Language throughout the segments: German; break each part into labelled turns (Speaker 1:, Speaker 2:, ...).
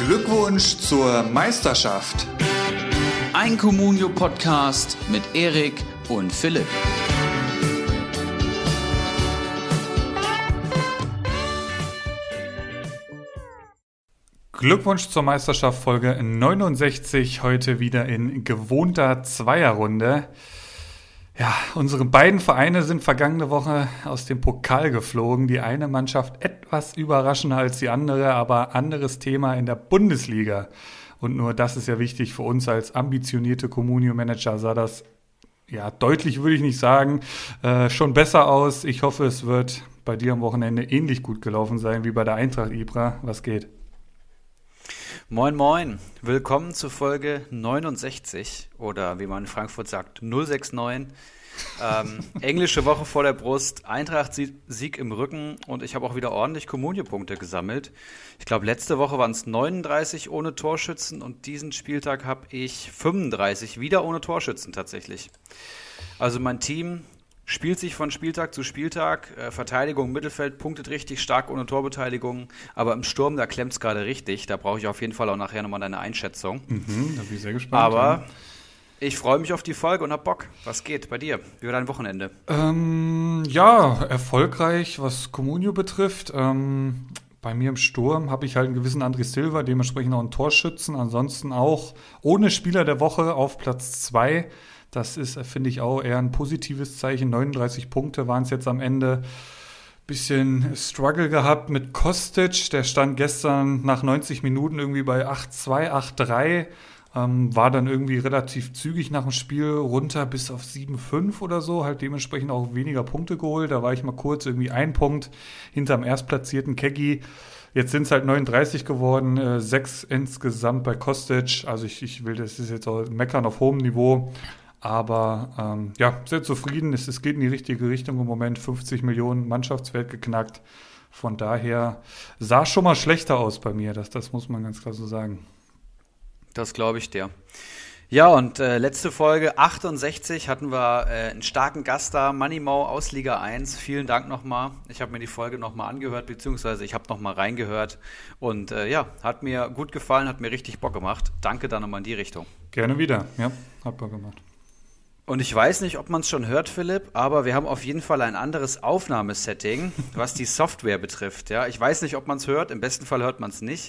Speaker 1: Glückwunsch zur Meisterschaft.
Speaker 2: Ein Communio-Podcast mit Erik und Philipp.
Speaker 3: Glückwunsch zur Meisterschaft Folge 69, heute wieder in gewohnter Zweierrunde. Ja, unsere beiden Vereine sind vergangene Woche aus dem Pokal geflogen. Die eine Mannschaft etwas überraschender als die andere, aber anderes Thema in der Bundesliga. Und nur das ist ja wichtig für uns als ambitionierte Communio-Manager, sah das, ja, deutlich würde ich nicht sagen, schon besser aus. Ich hoffe, es wird bei dir am Wochenende ähnlich gut gelaufen sein wie bei der Eintracht Ibra. Was geht?
Speaker 4: Moin Moin, willkommen zu Folge 69 oder wie man in Frankfurt sagt 069. Englische Woche vor der Brust, Eintracht-Sieg im Rücken und ich habe auch wieder ordentlich Communio-Punkte gesammelt. Ich glaube, letzte Woche waren es 39 ohne Torschützen und diesen Spieltag habe ich 35 wieder ohne Torschützen tatsächlich. Also mein Team spielt sich von Spieltag zu Spieltag, Verteidigung, Mittelfeld punktet richtig stark ohne Torbeteiligung, aber im Sturm, da klemmt es gerade richtig, da brauche ich auf jeden Fall auch nachher nochmal deine Einschätzung.
Speaker 3: Da bin ich sehr gespannt.
Speaker 4: Aber ich freue mich auf die Folge und hab Bock. Was geht bei dir? Wie war dein Wochenende?
Speaker 3: Ja, erfolgreich, was Communio betrifft. Bei mir im Sturm habe ich halt einen gewissen André Silva, dementsprechend auch einen Torschützen, ansonsten auch ohne Spieler der Woche auf Platz 2. Das ist, finde ich, auch eher ein positives Zeichen. 39 Punkte waren es jetzt am Ende. Bisschen Struggle gehabt mit Kostic. Der stand gestern nach 90 Minuten irgendwie bei 8-2, 8-3. War dann irgendwie relativ zügig nach dem Spiel runter bis auf 7-5 oder so. Halt dementsprechend auch weniger Punkte geholt. Da war ich mal kurz irgendwie ein Punkt hinterm erstplatzierten Keggy. Jetzt sind es halt 39 geworden, 6 insgesamt bei Kostic. Also ich will, das ist jetzt auch meckern auf hohem Niveau. Aber ja, sehr zufrieden. Es geht in die richtige Richtung im Moment. 50 Millionen Mannschaftswert geknackt. Von daher sah schon mal schlechter aus bei mir. Das muss man ganz klar so sagen.
Speaker 4: Das glaube ich dir. Ja, und letzte Folge 68 hatten wir einen starken Gast da, Money Mo aus Liga 1. Vielen Dank nochmal. Ich habe mir die Folge nochmal angehört, beziehungsweise ich habe nochmal reingehört. Und ja, hat mir gut gefallen, hat mir richtig Bock gemacht. Danke dann nochmal in die Richtung.
Speaker 3: Gerne wieder. Ja, hat Bock gemacht.
Speaker 4: Und ich weiß nicht, ob man es schon hört, Philipp, aber wir haben auf jeden Fall ein anderes Aufnahmesetting, was die Software betrifft. Ja, ich weiß nicht, ob man es hört, im besten Fall hört man es nicht.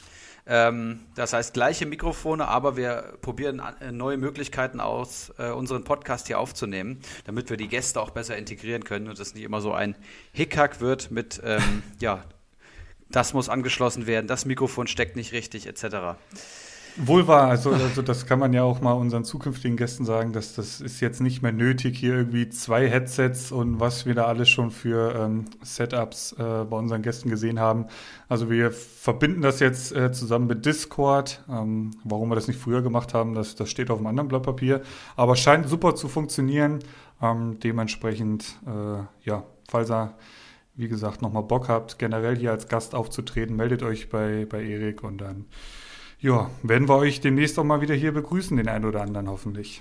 Speaker 4: Das heißt, gleiche Mikrofone, aber wir probieren neue Möglichkeiten aus, unseren Podcast hier aufzunehmen, damit wir die Gäste auch besser integrieren können und es nicht immer so ein Hickhack wird mit, ja, das muss angeschlossen werden, das Mikrofon steckt nicht richtig, etc.
Speaker 3: Wohl wahr, also das kann man ja auch mal unseren zukünftigen Gästen sagen, dass das ist jetzt nicht mehr nötig, hier irgendwie 2 Headsets und was wir da alles schon für Setups bei unseren Gästen gesehen haben. Also wir verbinden das jetzt zusammen mit Discord. Warum wir das nicht früher gemacht haben, das steht auf einem anderen Blatt Papier. Aber scheint super zu funktionieren. Dementsprechend, ja, falls ihr, wie gesagt, nochmal Bock habt, generell hier als Gast aufzutreten, meldet euch bei Erik und dann ja, werden wir euch demnächst auch mal wieder hier begrüßen, den einen oder anderen hoffentlich.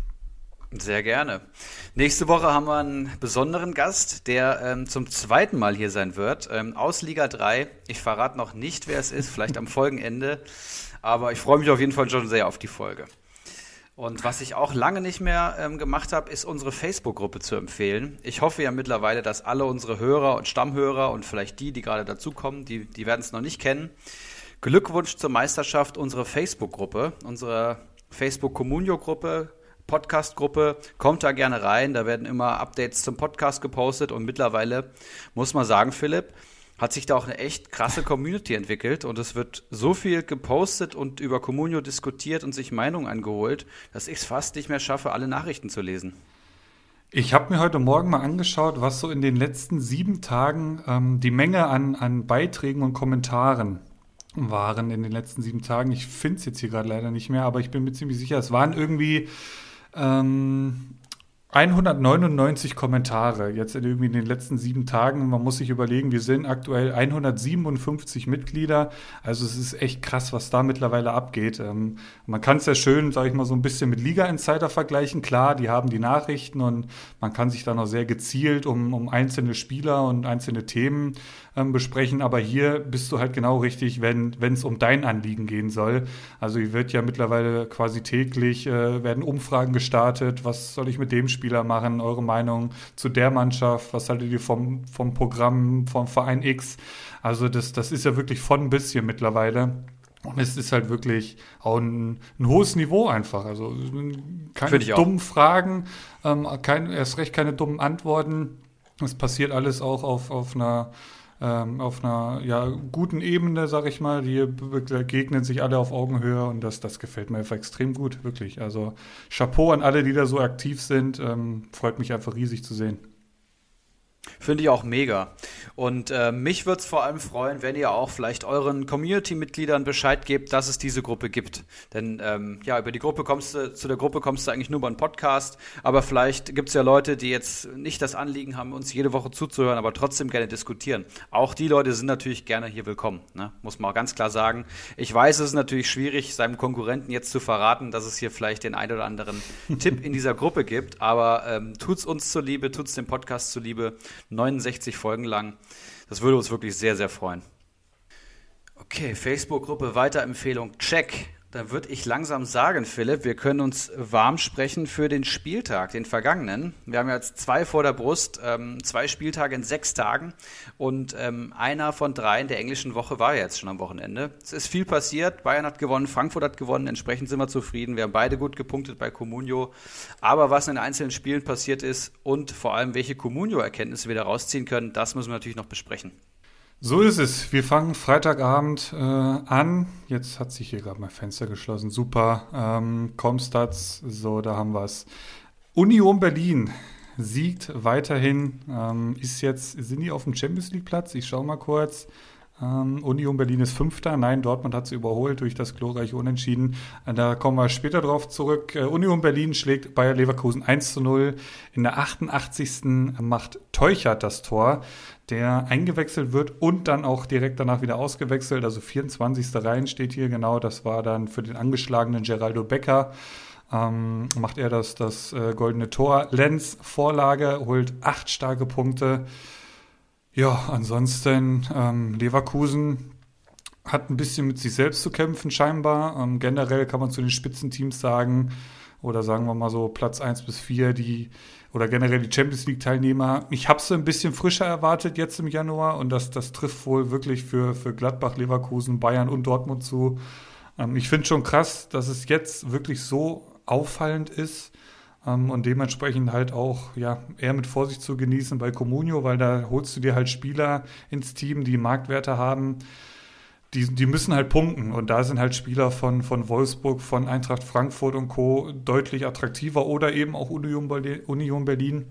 Speaker 4: Sehr gerne. Nächste Woche haben wir einen besonderen Gast, der zum zweiten Mal hier sein wird, aus Liga 3. Ich verrate noch nicht, wer es ist, vielleicht am Folgenende, aber ich freue mich auf jeden Fall schon sehr auf die Folge. Und was ich auch lange nicht mehr gemacht habe, ist unsere Facebook-Gruppe zu empfehlen. Ich hoffe ja mittlerweile, dass alle unsere Hörer und Stammhörer und vielleicht die gerade dazukommen, die werden es noch nicht kennen. Glückwunsch zur Meisterschaft, unsere Facebook-Gruppe, unsere Facebook-Communio-Gruppe, Podcast-Gruppe. Kommt da gerne rein, da werden immer Updates zum Podcast gepostet und mittlerweile, muss man sagen, Philipp, hat sich da auch eine echt krasse Community entwickelt und es wird so viel gepostet und über Communio diskutiert und sich Meinungen angeholt, dass ich es fast nicht mehr schaffe, alle Nachrichten zu lesen.
Speaker 3: Ich habe mir heute Morgen mal angeschaut, was so in den letzten 7 Tagen die Menge an Beiträgen und Kommentaren waren in den letzten 7 Tagen. Ich finde es jetzt hier gerade leider nicht mehr, aber ich bin mir ziemlich sicher, es waren irgendwie, 199 Kommentare jetzt irgendwie in den letzten 7 Tagen. Man muss sich überlegen, wir sind aktuell 157 Mitglieder. Also es ist echt krass, was da mittlerweile abgeht. Man kann es ja schön, sage ich mal, so ein bisschen mit Liga Insider vergleichen. Klar, die haben die Nachrichten und man kann sich da noch sehr gezielt um einzelne Spieler und einzelne Themen besprechen. Aber hier bist du halt genau richtig, wenn es um dein Anliegen gehen soll. Also hier wird ja mittlerweile quasi täglich, werden Umfragen gestartet. Was soll ich mit dem Spieler machen? Eure Meinung zu der Mannschaft? Was haltet ihr vom Programm, vom Verein X? Also das ist ja wirklich von bis hier mittlerweile. Und es ist halt wirklich auch ein hohes Niveau einfach. Also keine dummen Fragen, erst recht keine dummen Antworten. Es passiert alles auch auf einer guten Ebene, sag ich mal. Die begegnen sich alle auf Augenhöhe und das gefällt mir einfach extrem gut, wirklich. Also Chapeau an alle, die da so aktiv sind. Freut mich einfach riesig zu sehen.
Speaker 4: Finde ich auch mega. Und mich würde es vor allem freuen, wenn ihr auch vielleicht euren Community-Mitgliedern Bescheid gebt, dass es diese Gruppe gibt. Denn über die Gruppe zu der Gruppe kommst du eigentlich nur über einen Podcast. Aber vielleicht gibt es ja Leute, die jetzt nicht das Anliegen haben, uns jede Woche zuzuhören, aber trotzdem gerne diskutieren. Auch die Leute sind natürlich gerne hier willkommen, ne? Muss man auch ganz klar sagen. Ich weiß, es ist natürlich schwierig, seinem Konkurrenten jetzt zu verraten, dass es hier vielleicht den ein oder anderen Tipp in dieser Gruppe gibt. Aber tut's uns zuliebe, tut's dem Podcast zuliebe. 69 Folgen lang. Das würde uns wirklich sehr, sehr freuen. Okay, Facebook-Gruppe Weiterempfehlung, check. Da würde ich langsam sagen, Philipp, wir können uns warm sprechen für den Spieltag, den vergangenen. Wir haben jetzt 2 vor der Brust, 2 Spieltage in 6 Tagen und einer von 3 in der englischen Woche war jetzt schon am Wochenende. Es ist viel passiert, Bayern hat gewonnen, Frankfurt hat gewonnen, entsprechend sind wir zufrieden. Wir haben beide gut gepunktet bei Comunio, aber was in den einzelnen Spielen passiert ist und vor allem welche Comunio-Erkenntnisse wir da rausziehen können, das müssen wir natürlich noch besprechen.
Speaker 3: So ist es. Wir fangen Freitagabend an. Jetzt hat sich hier gerade mein Fenster geschlossen. Super. Comstats, so, da haben wir es. Union Berlin siegt weiterhin. Sind die auf dem Champions League Platz? Ich schaue mal kurz. Union Berlin ist 5. Nein, Dortmund hat sie überholt durch das glorreiche Unentschieden. Da kommen wir später drauf zurück. Union Berlin schlägt Bayer Leverkusen 1:0. In der 88. macht Teuchert das Tor, der eingewechselt wird und dann auch direkt danach wieder ausgewechselt. Also 24. Reihen steht hier genau. Das war dann für den angeschlagenen Geraldo Becker. Macht er das goldene Tor. Lenz Vorlage, holt 8 starke Punkte. Ja, ansonsten Leverkusen hat ein bisschen mit sich selbst zu kämpfen scheinbar. Generell kann man zu den Spitzenteams sagen, oder sagen wir mal so Platz 1 bis 4, oder generell die Champions League Teilnehmer. Ich habe es ein bisschen frischer erwartet jetzt im Januar und das trifft wohl wirklich für Gladbach, Leverkusen, Bayern und Dortmund zu. Ich finde schon krass, dass es jetzt wirklich so auffallend ist. Und dementsprechend halt auch eher mit Vorsicht zu genießen bei Comunio, weil da holst du dir halt Spieler ins Team, die Marktwerte haben, die müssen halt punkten. Und da sind halt Spieler von Wolfsburg, von Eintracht Frankfurt und Co. deutlich attraktiver oder eben auch Union Berlin.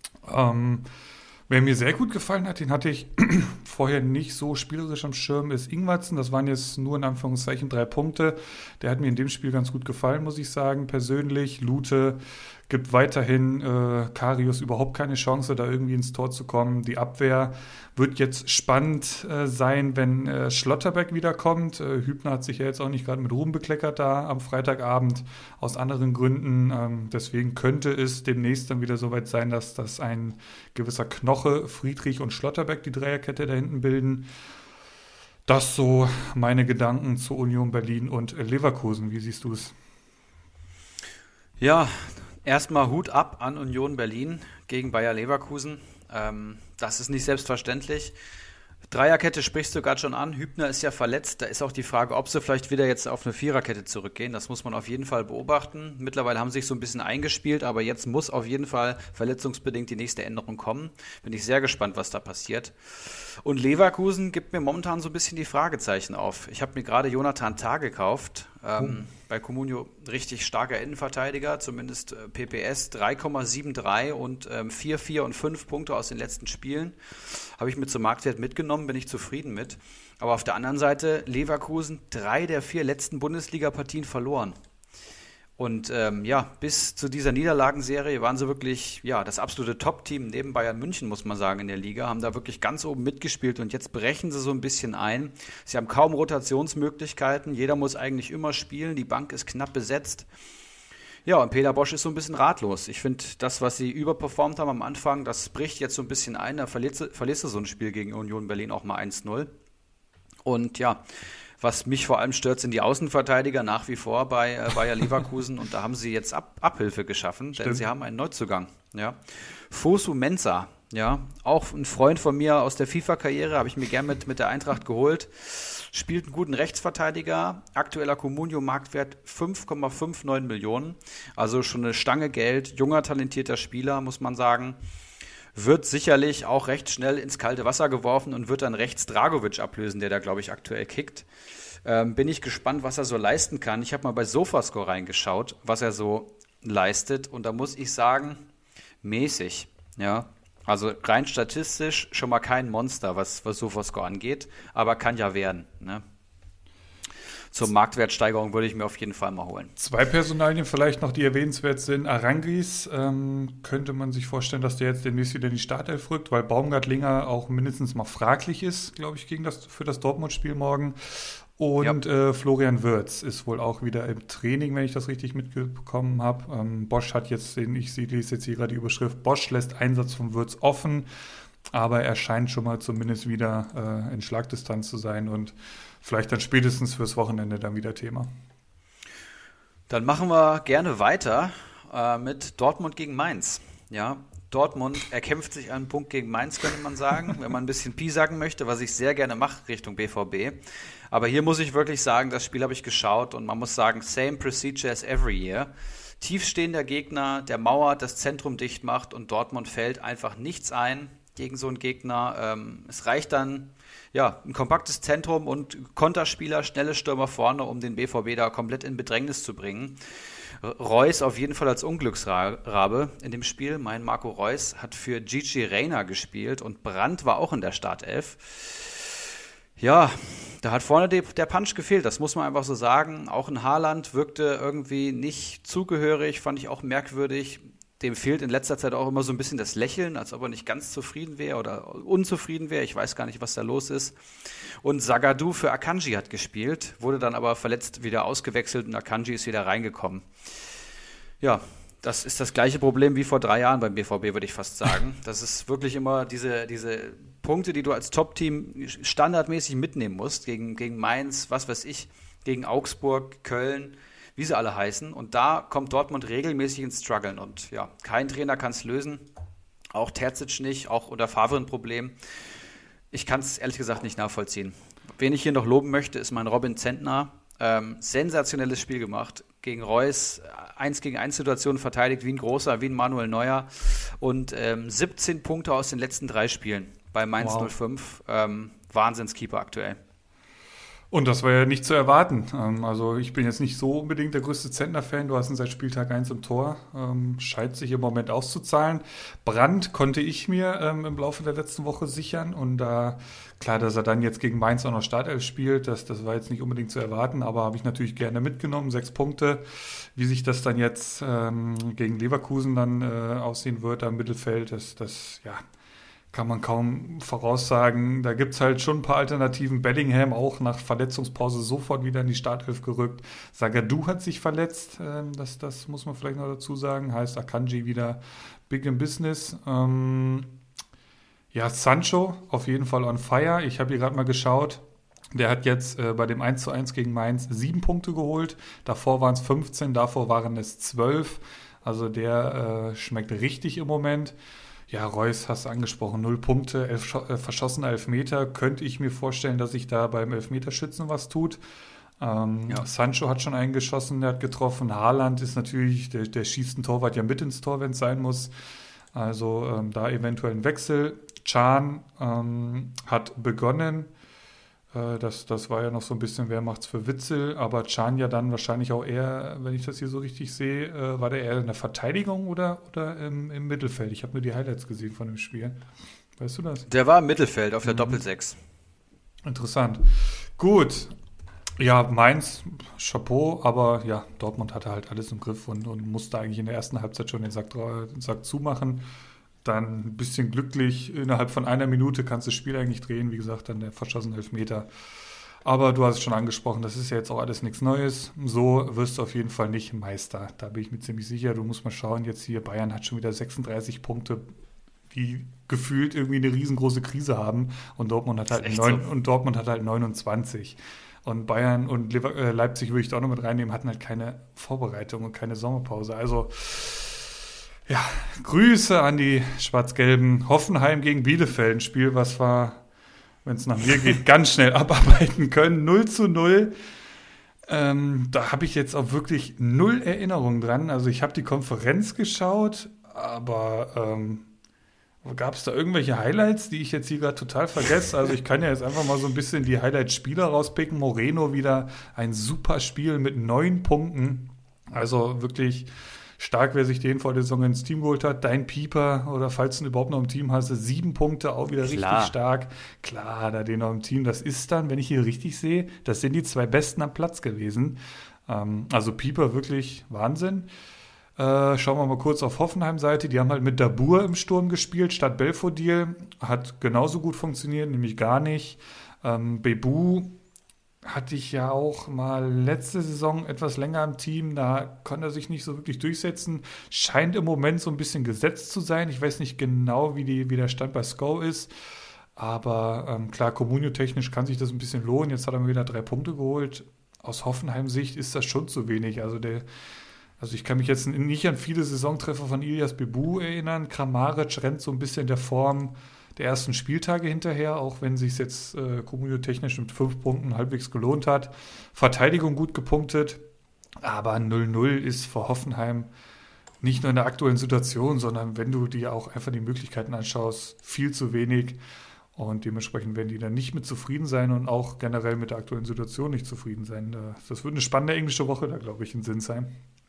Speaker 3: Wer mir sehr gut gefallen hat, den hatte ich vorher nicht so spielerisch am Schirm, ist Ingwertsen. Das waren jetzt nur in Anführungszeichen 3 Punkte. Der hat mir in dem Spiel ganz gut gefallen, muss ich sagen, persönlich. Lute gibt weiterhin Karius überhaupt keine Chance, da irgendwie ins Tor zu kommen. Die Abwehr wird jetzt spannend sein, wenn Schlotterbeck wiederkommt. Hübner hat sich ja jetzt auch nicht gerade mit Ruhm bekleckert da am Freitagabend, aus anderen Gründen. Deswegen könnte es demnächst dann wieder soweit sein, dass ein gewisser Knoche, Friedrich und Schlotterbeck die Dreierkette da hinten bilden. Das so meine Gedanken zu Union Berlin und Leverkusen. Wie siehst du es?
Speaker 4: Ja, erstmal Hut ab an Union Berlin gegen Bayer Leverkusen. Das ist nicht selbstverständlich. Dreierkette sprichst du gerade schon an. Hübner ist ja verletzt. Da ist auch die Frage, ob sie vielleicht wieder jetzt auf eine Viererkette zurückgehen. Das muss man auf jeden Fall beobachten. Mittlerweile haben sie sich so ein bisschen eingespielt, aber jetzt muss auf jeden Fall verletzungsbedingt die nächste Änderung kommen. Bin ich sehr gespannt, was da passiert. Und Leverkusen gibt mir momentan so ein bisschen die Fragezeichen auf. Ich habe mir gerade Jonathan Tah gekauft. Bei Comunio richtig starker Innenverteidiger, zumindest PPS 3,73 und 4, 4 und 5 Punkte aus den letzten Spielen. Habe ich mir zum Marktwert mitgenommen, bin ich zufrieden mit. Aber auf der anderen Seite Leverkusen 3 der 4 letzten Bundesliga-Partien verloren. Und bis zu dieser Niederlagenserie waren sie wirklich das absolute Top-Team neben Bayern München, muss man sagen, in der Liga, haben da wirklich ganz oben mitgespielt und jetzt brechen sie so ein bisschen ein. Sie haben kaum Rotationsmöglichkeiten, jeder muss eigentlich immer spielen, die Bank ist knapp besetzt. Ja, und Peter Bosz ist so ein bisschen ratlos. Ich finde, das, was sie überperformt haben am Anfang, das bricht jetzt so ein bisschen ein. Da verlierst du so ein Spiel gegen Union Berlin auch mal 1-0. Und ja, was mich vor allem stört, sind die Außenverteidiger nach wie vor bei Bayer Leverkusen. Und da haben sie jetzt Abhilfe geschaffen, denn sie haben einen Neuzugang. Ja. Fosu Mensah, ja, auch ein Freund von mir aus der FIFA-Karriere, habe ich mir gern mit der Eintracht geholt. Spielt einen guten Rechtsverteidiger, aktueller Comunio-Marktwert 5,59 Millionen, also schon eine Stange Geld, junger, talentierter Spieler, muss man sagen. Wird sicherlich auch recht schnell ins kalte Wasser geworfen und wird dann rechts Dragovic ablösen, der da, glaube ich, aktuell kickt. Bin ich gespannt, was er so leisten kann. Ich habe mal bei Sofascore reingeschaut, was er so leistet und da muss ich sagen, mäßig, ja. Also rein statistisch schon mal kein Monster, was Sofascore angeht, aber kann ja werden. Ne? Zur Marktwertsteigerung würde ich mir auf jeden Fall mal holen.
Speaker 3: 2 Personalien vielleicht noch, die erwähnenswert sind. Arangis könnte man sich vorstellen, dass der jetzt demnächst wieder in die Startelf rückt, weil Baumgartlinger auch mindestens mal fraglich ist, glaube ich, für das Dortmund-Spiel morgen. Und Florian Wirtz ist wohl auch wieder im Training, wenn ich das richtig mitbekommen habe. Bosz hat jetzt, ich lese jetzt hier gerade die Überschrift, Bosz lässt Einsatz von Wirtz offen, aber er scheint schon mal zumindest wieder in Schlagdistanz zu sein und vielleicht dann spätestens fürs Wochenende dann wieder Thema.
Speaker 4: Dann machen wir gerne weiter mit Dortmund gegen Mainz. Ja, Dortmund erkämpft sich einen Punkt gegen Mainz, könnte man sagen, wenn man ein bisschen piesacken möchte, was ich sehr gerne mache Richtung BVB. Aber hier muss ich wirklich sagen, das Spiel habe ich geschaut und man muss sagen, same procedure as every year. Tiefstehender Gegner, der mauert, das Zentrum dicht macht und Dortmund fällt einfach nichts ein gegen so einen Gegner. Es reicht dann ein kompaktes Zentrum und Konterspieler, schnelle Stürmer vorne, um den BVB da komplett in Bedrängnis zu bringen. Reus auf jeden Fall als Unglücksrabe in dem Spiel. Mein Marco Reus hat für Gigi Reyna gespielt und Brandt war auch in der Startelf. Ja, da hat vorne der Punch gefehlt, das muss man einfach so sagen. Auch in Haaland wirkte irgendwie nicht zugehörig, fand ich auch merkwürdig. Dem fehlt in letzter Zeit auch immer so ein bisschen das Lächeln, als ob er nicht ganz zufrieden wäre oder unzufrieden wäre. Ich weiß gar nicht, was da los ist. Und Zagadou für Akanji hat gespielt, wurde dann aber verletzt wieder ausgewechselt und Akanji ist wieder reingekommen. Ja, das ist das gleiche Problem wie vor 3 Jahren beim BVB, würde ich fast sagen. Das ist wirklich immer diese Punkte, die du als Top-Team standardmäßig mitnehmen musst, gegen Mainz, was weiß ich, gegen Augsburg, Köln, wie sie alle heißen. Und da kommt Dortmund regelmäßig ins Struggeln. Und ja, kein Trainer kann es lösen. Auch Terzic nicht, auch unter Favre ein Problem. Ich kann es ehrlich gesagt nicht nachvollziehen. Wen ich hier noch loben möchte, ist mein Robin Zentner. Sensationelles Spiel gemacht. Gegen Reus 1-gegen-1 Situationen verteidigt, wie ein großer, wie ein Manuel Neuer. Und 17 Punkte aus den letzten 3 Spielen bei Mainz 05. Wahnsinnskeeper aktuell.
Speaker 3: Und das war ja nicht zu erwarten. Also ich bin jetzt nicht so unbedingt der größte Zentner-Fan. Du hast ihn seit Spieltag 1 im Tor. Scheint sich im Moment auszuzahlen. Brandt konnte ich mir im Laufe der letzten Woche sichern. Und klar, dass er dann jetzt gegen Mainz auch noch Startelf spielt, das war jetzt nicht unbedingt zu erwarten. Aber habe ich natürlich gerne mitgenommen. 6 Punkte. Wie sich das dann jetzt gegen Leverkusen dann aussehen wird am Mittelfeld, das kann man kaum voraussagen. Da gibt es halt schon ein paar Alternativen. Bellingham auch nach Verletzungspause sofort wieder in die Startelf gerückt. Zagadou hat sich verletzt. Das muss man vielleicht noch dazu sagen. Heißt Akanji wieder big in business. Sancho auf jeden Fall on fire. Ich habe hier gerade mal geschaut. Der hat jetzt bei dem 1:1 gegen Mainz 7 Punkte geholt. Davor waren es 15, davor waren es 12. Also der schmeckt richtig im Moment. Ja, Reus hast du angesprochen, 0 Punkte, 11 verschossene Elfmeter. Könnte ich mir vorstellen, dass sich da beim Elfmeterschützen was tut. Sancho hat schon einen geschossen, der hat getroffen. Haaland ist natürlich, der schießt ein Torwart ja mit ins Tor, wenn es sein muss. Also da eventuell ein Wechsel. Can hat begonnen. Das war ja noch so ein bisschen, wer macht's für Witzel, aber Can ja dann wahrscheinlich auch eher, wenn ich das hier so richtig sehe, war der eher in der Verteidigung oder im Mittelfeld? Ich habe nur die Highlights gesehen von dem Spiel. Weißt du das?
Speaker 4: Der war im Mittelfeld auf der Doppel-6.
Speaker 3: Interessant. Gut. Ja, Mainz, Chapeau, aber ja, Dortmund hatte halt alles im Griff und musste eigentlich in der ersten Halbzeit schon den Sack zumachen. Dann ein bisschen glücklich, innerhalb von einer Minute kannst du das Spiel eigentlich drehen, wie gesagt, dann der verschossene Elfmeter. Aber du hast es schon angesprochen, das ist ja jetzt auch alles nichts Neues. So wirst du auf jeden Fall nicht Meister, da bin ich mir ziemlich sicher. Du musst mal schauen, jetzt hier Bayern hat schon wieder 36 Punkte, die gefühlt irgendwie eine riesengroße Krise haben und Dortmund hat halt, Dortmund hat halt 29. Und Bayern und Leipzig würde ich da auch noch mit reinnehmen, hatten halt keine Vorbereitung und keine Sommerpause. Also, ja, Grüße an die Schwarz-Gelben. Hoffenheim gegen Bielefeld, ein Spiel, was wir, wenn es nach mir geht, ganz schnell abarbeiten können. 0:0. Da habe ich jetzt auch wirklich 0 Erinnerungen dran. Also ich habe die Konferenz geschaut, aber gab es da irgendwelche Highlights, die ich jetzt hier gerade total vergesse? Also ich kann ja jetzt einfach mal so ein bisschen die Highlight-Spieler rauspicken. Moreno wieder ein super Spiel mit 9 Punkten. Also wirklich stark, wer sich den vor der Saison ins Team geholt hat. Dein Pieper oder falls du ihn überhaupt noch im Team hast, 7 Punkte, auch wieder richtig stark. Klar, da den noch im Team. Das ist dann, wenn ich hier richtig sehe, das sind die 2 Besten am Platz gewesen. Also Pieper wirklich Wahnsinn. Schauen wir mal kurz auf Hoffenheim-Seite. Die haben halt mit Dabur im Sturm gespielt, statt Belfodil. Hat genauso gut funktioniert, nämlich gar nicht. Bebu hatte ich ja auch mal letzte Saison etwas länger im Team. Da konnte er sich nicht so wirklich durchsetzen. Scheint im Moment so ein bisschen gesetzt zu sein. Ich weiß nicht genau, wie der Stand bei SCO ist. Aber klar, Comunio-technisch kann sich das ein bisschen lohnen. Jetzt hat er mir wieder 3 Punkte geholt. Aus Hoffenheim-Sicht ist das schon zu wenig. Also ich kann mich jetzt nicht an viele Saisontreffer von Ilias Bebu erinnern. Kramaric rennt so ein bisschen der Form der ersten Spieltage hinterher, auch wenn sich jetzt Comunio-technisch mit 5 Punkten halbwegs gelohnt hat. Verteidigung gut gepunktet, aber 0:0 ist für Hoffenheim nicht nur in der aktuellen Situation, sondern wenn du dir auch einfach die Möglichkeiten anschaust, viel zu wenig. Und dementsprechend werden die dann nicht mit zufrieden sein und auch generell mit der aktuellen Situation nicht zufrieden sein. Das wird eine spannende englische Woche da, glaube ich, in Sinsheim.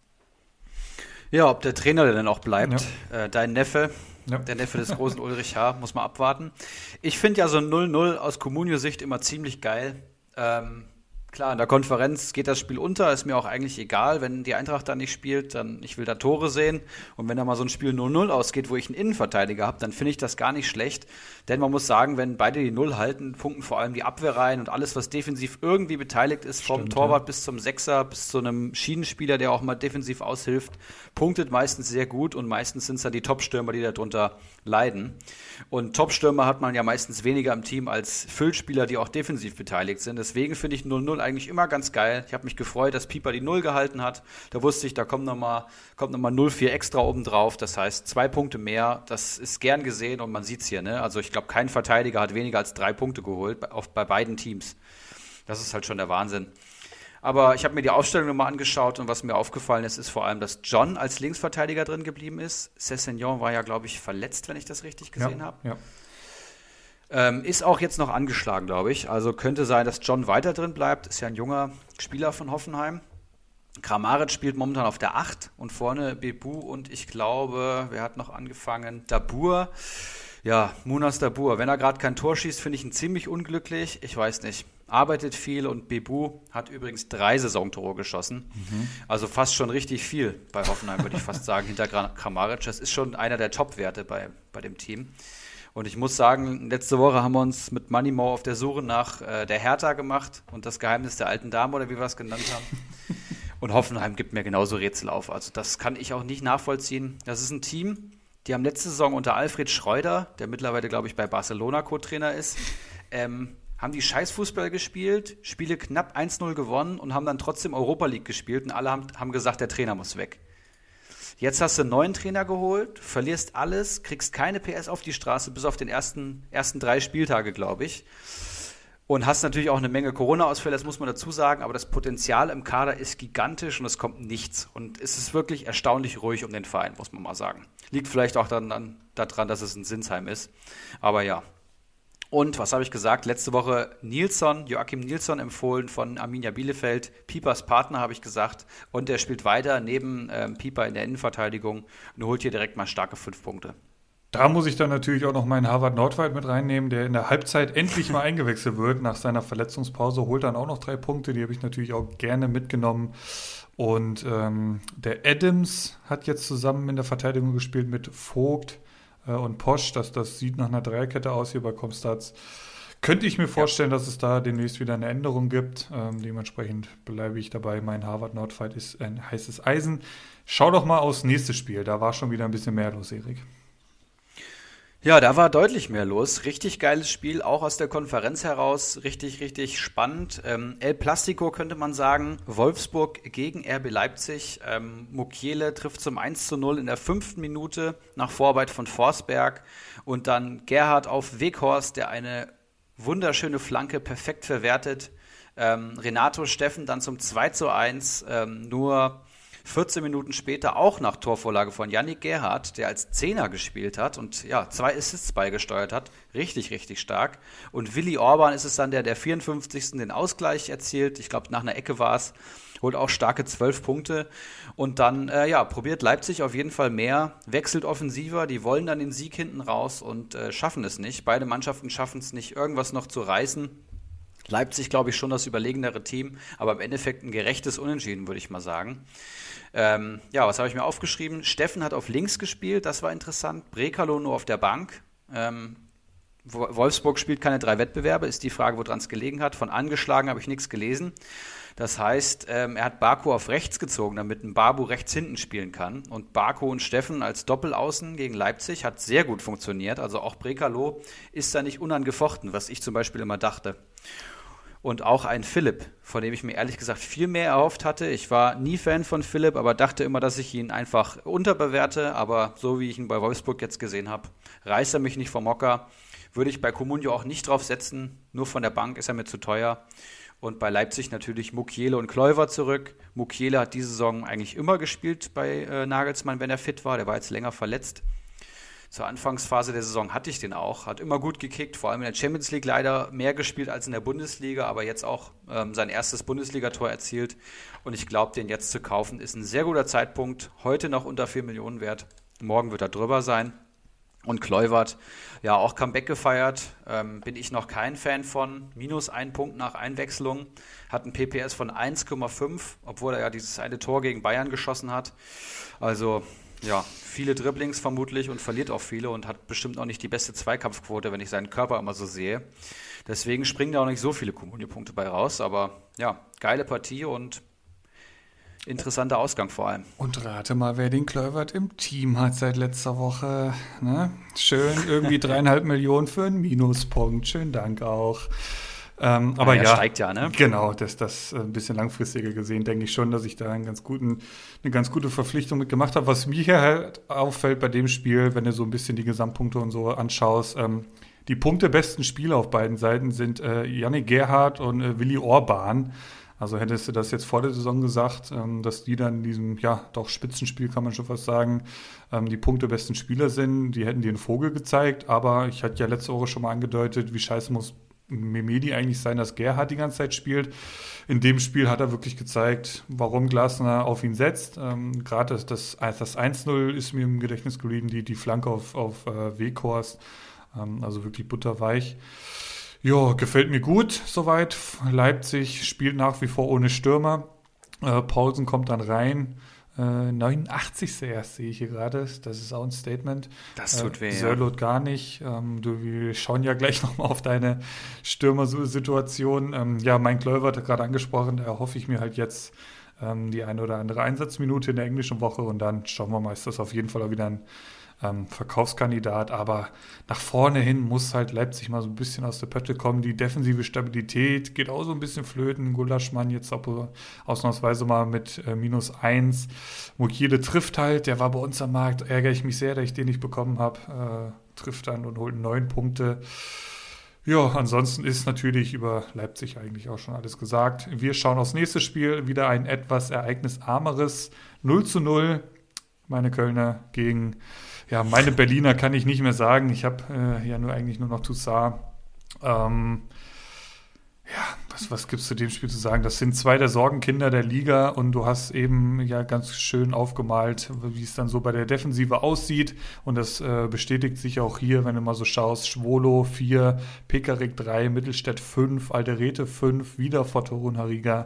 Speaker 4: Ja, ob der Trainer denn auch bleibt, dein Neffe, der Neffe des großen Ulrich H., muss man abwarten. Ich finde ja so ein 0:0 aus Comunio-Sicht immer ziemlich geil. Klar, in der Konferenz geht das Spiel unter, ist mir auch eigentlich egal, wenn die Eintracht da nicht spielt, dann ich will da Tore sehen. Und wenn da mal so ein Spiel 0:0 ausgeht, wo ich einen Innenverteidiger habe, dann finde ich das gar nicht schlecht. Denn man muss sagen, wenn beide die 0 halten, punkten vor allem die Abwehrreihen und alles, was defensiv irgendwie beteiligt ist, vom Torwart bis zum Sechser, bis zu einem Schienenspieler, der auch mal defensiv aushilft, punktet meistens sehr gut und meistens sind es dann die Top-Stürmer, die darunter leiden. Und Top-Stürmer hat man ja meistens weniger im Team als Füllspieler, die auch defensiv beteiligt sind. Deswegen finde ich 0:0 eigentlich immer ganz geil. Ich habe mich gefreut, dass Pieper die 0 gehalten hat. Da wusste ich, da kommt nochmal 0,4 extra oben drauf. Das heißt, 2 Punkte mehr. Das ist gern gesehen und man sieht es hier. Ne? Also ich glaube, kein Verteidiger hat weniger als 3 Punkte geholt bei beiden Teams. Das ist halt schon der Wahnsinn. Aber ich habe mir die Aufstellung nochmal angeschaut und was mir aufgefallen ist vor allem, dass John als Linksverteidiger drin geblieben ist. Cessignon war ja, glaube ich, verletzt, wenn ich das richtig gesehen habe. Ja. Ist auch jetzt noch angeschlagen, glaube ich. Also könnte sein, dass John weiter drin bleibt. Ist ja ein junger Spieler von Hoffenheim. Kramaric spielt momentan auf der 8 und vorne Bebu und ich glaube, wer hat noch angefangen? Dabur. Ja, Munas Dabur. Wenn er gerade kein Tor schießt, finde ich ihn ziemlich unglücklich. Ich weiß nicht. Arbeitet viel und Bebu hat übrigens 3 Saisontore geschossen. Also fast schon richtig viel bei Hoffenheim, würde ich fast sagen, hinter Kramaric. Das ist schon einer der Top-Werte bei dem Team. Und ich muss sagen, letzte Woche haben wir uns mit Moneymo auf der Suche nach der Hertha gemacht und das Geheimnis der alten Dame oder wie wir es genannt haben. Und Hoffenheim gibt mir genauso Rätsel auf. Also das kann ich auch nicht nachvollziehen. Das ist ein Team, die haben letzte Saison unter Alfred Schreuder, der mittlerweile, glaube ich, bei Barcelona Co-Trainer ist, haben die Scheißfußball gespielt, Spiele knapp 1:0 gewonnen und haben dann trotzdem Europa League gespielt und alle haben gesagt, der Trainer muss weg. Jetzt hast du einen neuen Trainer geholt, verlierst alles, kriegst keine PS auf die Straße, bis auf den ersten 3 Spieltage, glaube ich. Und hast natürlich auch eine Menge Corona-Ausfälle, das muss man dazu sagen, aber das Potenzial im Kader ist gigantisch und es kommt nichts. Und es ist wirklich erstaunlich ruhig um den Verein, muss man mal sagen. Liegt vielleicht auch daran, dass es in Sinsheim ist. Aber ja. Und, was habe ich gesagt? Letzte Woche Joachim Nilsson empfohlen von Arminia Bielefeld. Piepers Partner, habe ich gesagt. Und der spielt weiter neben Pieper in der Innenverteidigung und holt hier direkt mal starke 5 Punkte.
Speaker 3: Da muss ich dann natürlich auch noch meinen Harvard Nordwald mit reinnehmen, der in der Halbzeit endlich mal eingewechselt wird nach seiner Verletzungspause, holt dann auch noch 3 Punkte, die habe ich natürlich auch gerne mitgenommen. Und der Adams hat jetzt zusammen in der Verteidigung gespielt mit Vogt und Posch. Das sieht nach einer Dreierkette aus hier bei Comstats. Könnte ich mir vorstellen, dass es da demnächst wieder eine Änderung gibt. Dementsprechend bleibe ich dabei. Mein Harvard Nordfight ist ein heißes Eisen. Schau doch mal aufs nächste Spiel. Da war schon wieder ein bisschen mehr los, Erik.
Speaker 4: Ja, da war deutlich mehr los. Richtig geiles Spiel, auch aus der Konferenz heraus. Richtig, richtig spannend. El Plastico könnte man sagen. Wolfsburg gegen RB Leipzig. Mukiele trifft zum 1:0 in der 5. Minute nach Vorarbeit von Forsberg. Und dann Gerhard auf Weghorst, der eine wunderschöne Flanke perfekt verwertet. Renato Steffen dann zum 2:1. Nur 14 Minuten später auch nach Torvorlage von Yannick Gerhardt, der als Zehner gespielt hat und 2 Assists beigesteuert hat. Richtig, richtig stark. Und Willi Orban ist es dann, der 54. den Ausgleich erzielt. Ich glaube, nach einer Ecke war es. Holt auch starke 12 Punkte. Und dann, probiert Leipzig auf jeden Fall mehr, wechselt offensiver. Die wollen dann den Sieg hinten raus und schaffen es nicht. Beide Mannschaften schaffen es nicht, irgendwas noch zu reißen. Leipzig, glaube ich, schon das überlegenere Team, aber im Endeffekt ein gerechtes Unentschieden, würde ich mal sagen. Was habe ich mir aufgeschrieben? Steffen hat auf links gespielt, das war interessant. Brekalo nur auf der Bank. Wolfsburg spielt keine 3 Wettbewerbe, ist die Frage, woran es gelegen hat. Von angeschlagen habe ich nichts gelesen. Das heißt, er hat Baku auf rechts gezogen, damit ein Babu rechts hinten spielen kann. Und Baku und Steffen als Doppelaußen gegen Leipzig hat sehr gut funktioniert. Also auch Brekalo ist da nicht unangefochten, was ich zum Beispiel immer dachte. Und auch ein Philipp, von dem ich mir ehrlich gesagt viel mehr erhofft hatte. Ich war nie Fan von Philipp, aber dachte immer, dass ich ihn einfach unterbewerte. Aber so wie ich ihn bei Wolfsburg jetzt gesehen habe, reißt er mich nicht vom Hocker. Würde ich bei Comunio auch nicht drauf setzen. Nur von der Bank ist er mir zu teuer. Und bei Leipzig natürlich Mukiele und Kluivert zurück. Mukiele hat diese Saison eigentlich immer gespielt bei Nagelsmann, wenn er fit war. Der war jetzt länger verletzt. Zur Anfangsphase der Saison hatte ich den auch. Hat immer gut gekickt, vor allem in der Champions League leider mehr gespielt als in der Bundesliga, aber jetzt auch sein erstes Bundesligator erzielt. Und ich glaube, den jetzt zu kaufen, ist ein sehr guter Zeitpunkt. Heute noch unter 4 Millionen wert. Morgen wird er drüber sein. Und Kluivert, auch Comeback gefeiert. Bin ich noch kein Fan von. -1 Punkt nach Einwechslung. Hat ein PPS von 1,5, obwohl er ja dieses eine Tor gegen Bayern geschossen hat. Also viele Dribblings vermutlich und verliert auch viele und hat bestimmt auch nicht die beste Zweikampfquote, wenn ich seinen Körper immer so sehe. Deswegen springen da auch nicht so viele Comunio-Punkte bei raus, aber geile Partie und interessanter Ausgang vor allem.
Speaker 3: Und rate mal, wer den Kluivert im Team hat seit letzter Woche. Ne? Schön irgendwie 3,5 Millionen für einen Minuspunkt. Schönen Dank auch. Aber
Speaker 4: steigt ja, ne?
Speaker 3: Genau, das ein bisschen langfristiger gesehen, denke ich schon, dass ich da eine ganz gute Verpflichtung mitgemacht habe. Was mir hier halt auffällt bei dem Spiel, wenn du so ein bisschen die Gesamtpunkte und so anschaust, die punktebesten Spieler auf beiden Seiten sind Yannick Gerhardt und Willi Orban. Also hättest du das jetzt vor der Saison gesagt, dass die dann in diesem, doch Spitzenspiel, kann man schon fast sagen, die punktebesten Spieler sind, die hätten dir einen Vogel gezeigt. Aber ich hatte ja letzte Woche schon mal angedeutet, wie scheiße muss Mehmedi eigentlich sein, dass Gerhard die ganze Zeit spielt. In dem Spiel hat er wirklich gezeigt, warum Glasner auf ihn setzt. Gerade das 1:0 ist mir im Gedächtnis geblieben, die Flanke auf Weghorst. Also wirklich butterweich. Ja, gefällt mir gut soweit. Leipzig spielt nach wie vor ohne Stürmer. Paulsen kommt dann rein. 89. erst sehe ich hier gerade. Das ist auch ein Statement.
Speaker 4: Das tut weh.
Speaker 3: Sörloth gar nicht. Wir schauen ja gleich nochmal auf deine Stürmersituation. Mein Kluivert hat gerade angesprochen. Da hoffe ich mir halt jetzt die eine oder andere Einsatzminute in der englischen Woche. Und dann schauen wir mal, ist das auf jeden Fall auch wieder ein Verkaufskandidat, aber nach vorne hin muss halt Leipzig mal so ein bisschen aus der Pötte kommen. Die defensive Stabilität geht auch so ein bisschen flöten. Gulaschmann jetzt auch ausnahmsweise mal mit -1. Mukiele trifft halt, der war bei uns am Markt, ärgere ich mich sehr, dass ich den nicht bekommen habe. Trifft dann und holt 9 Punkte. Ja, ansonsten ist natürlich über Leipzig eigentlich auch schon alles gesagt. Wir schauen aufs nächste Spiel, wieder ein etwas ereignisarmeres 0:0. Meine Kölner gegen meine Berliner kann ich nicht mehr sagen. Ich habe eigentlich nur noch Toussaint. Was gibt's zu dem Spiel zu sagen? Das sind 2 der Sorgenkinder der Liga und du hast eben ja ganz schön aufgemalt, wie es dann so bei der Defensive aussieht und das bestätigt sich auch hier, wenn du mal so schaust, Schwolo 4, Pekarik 3, Mittelstädt 5, Alderete 5, wieder vor Torun Hariga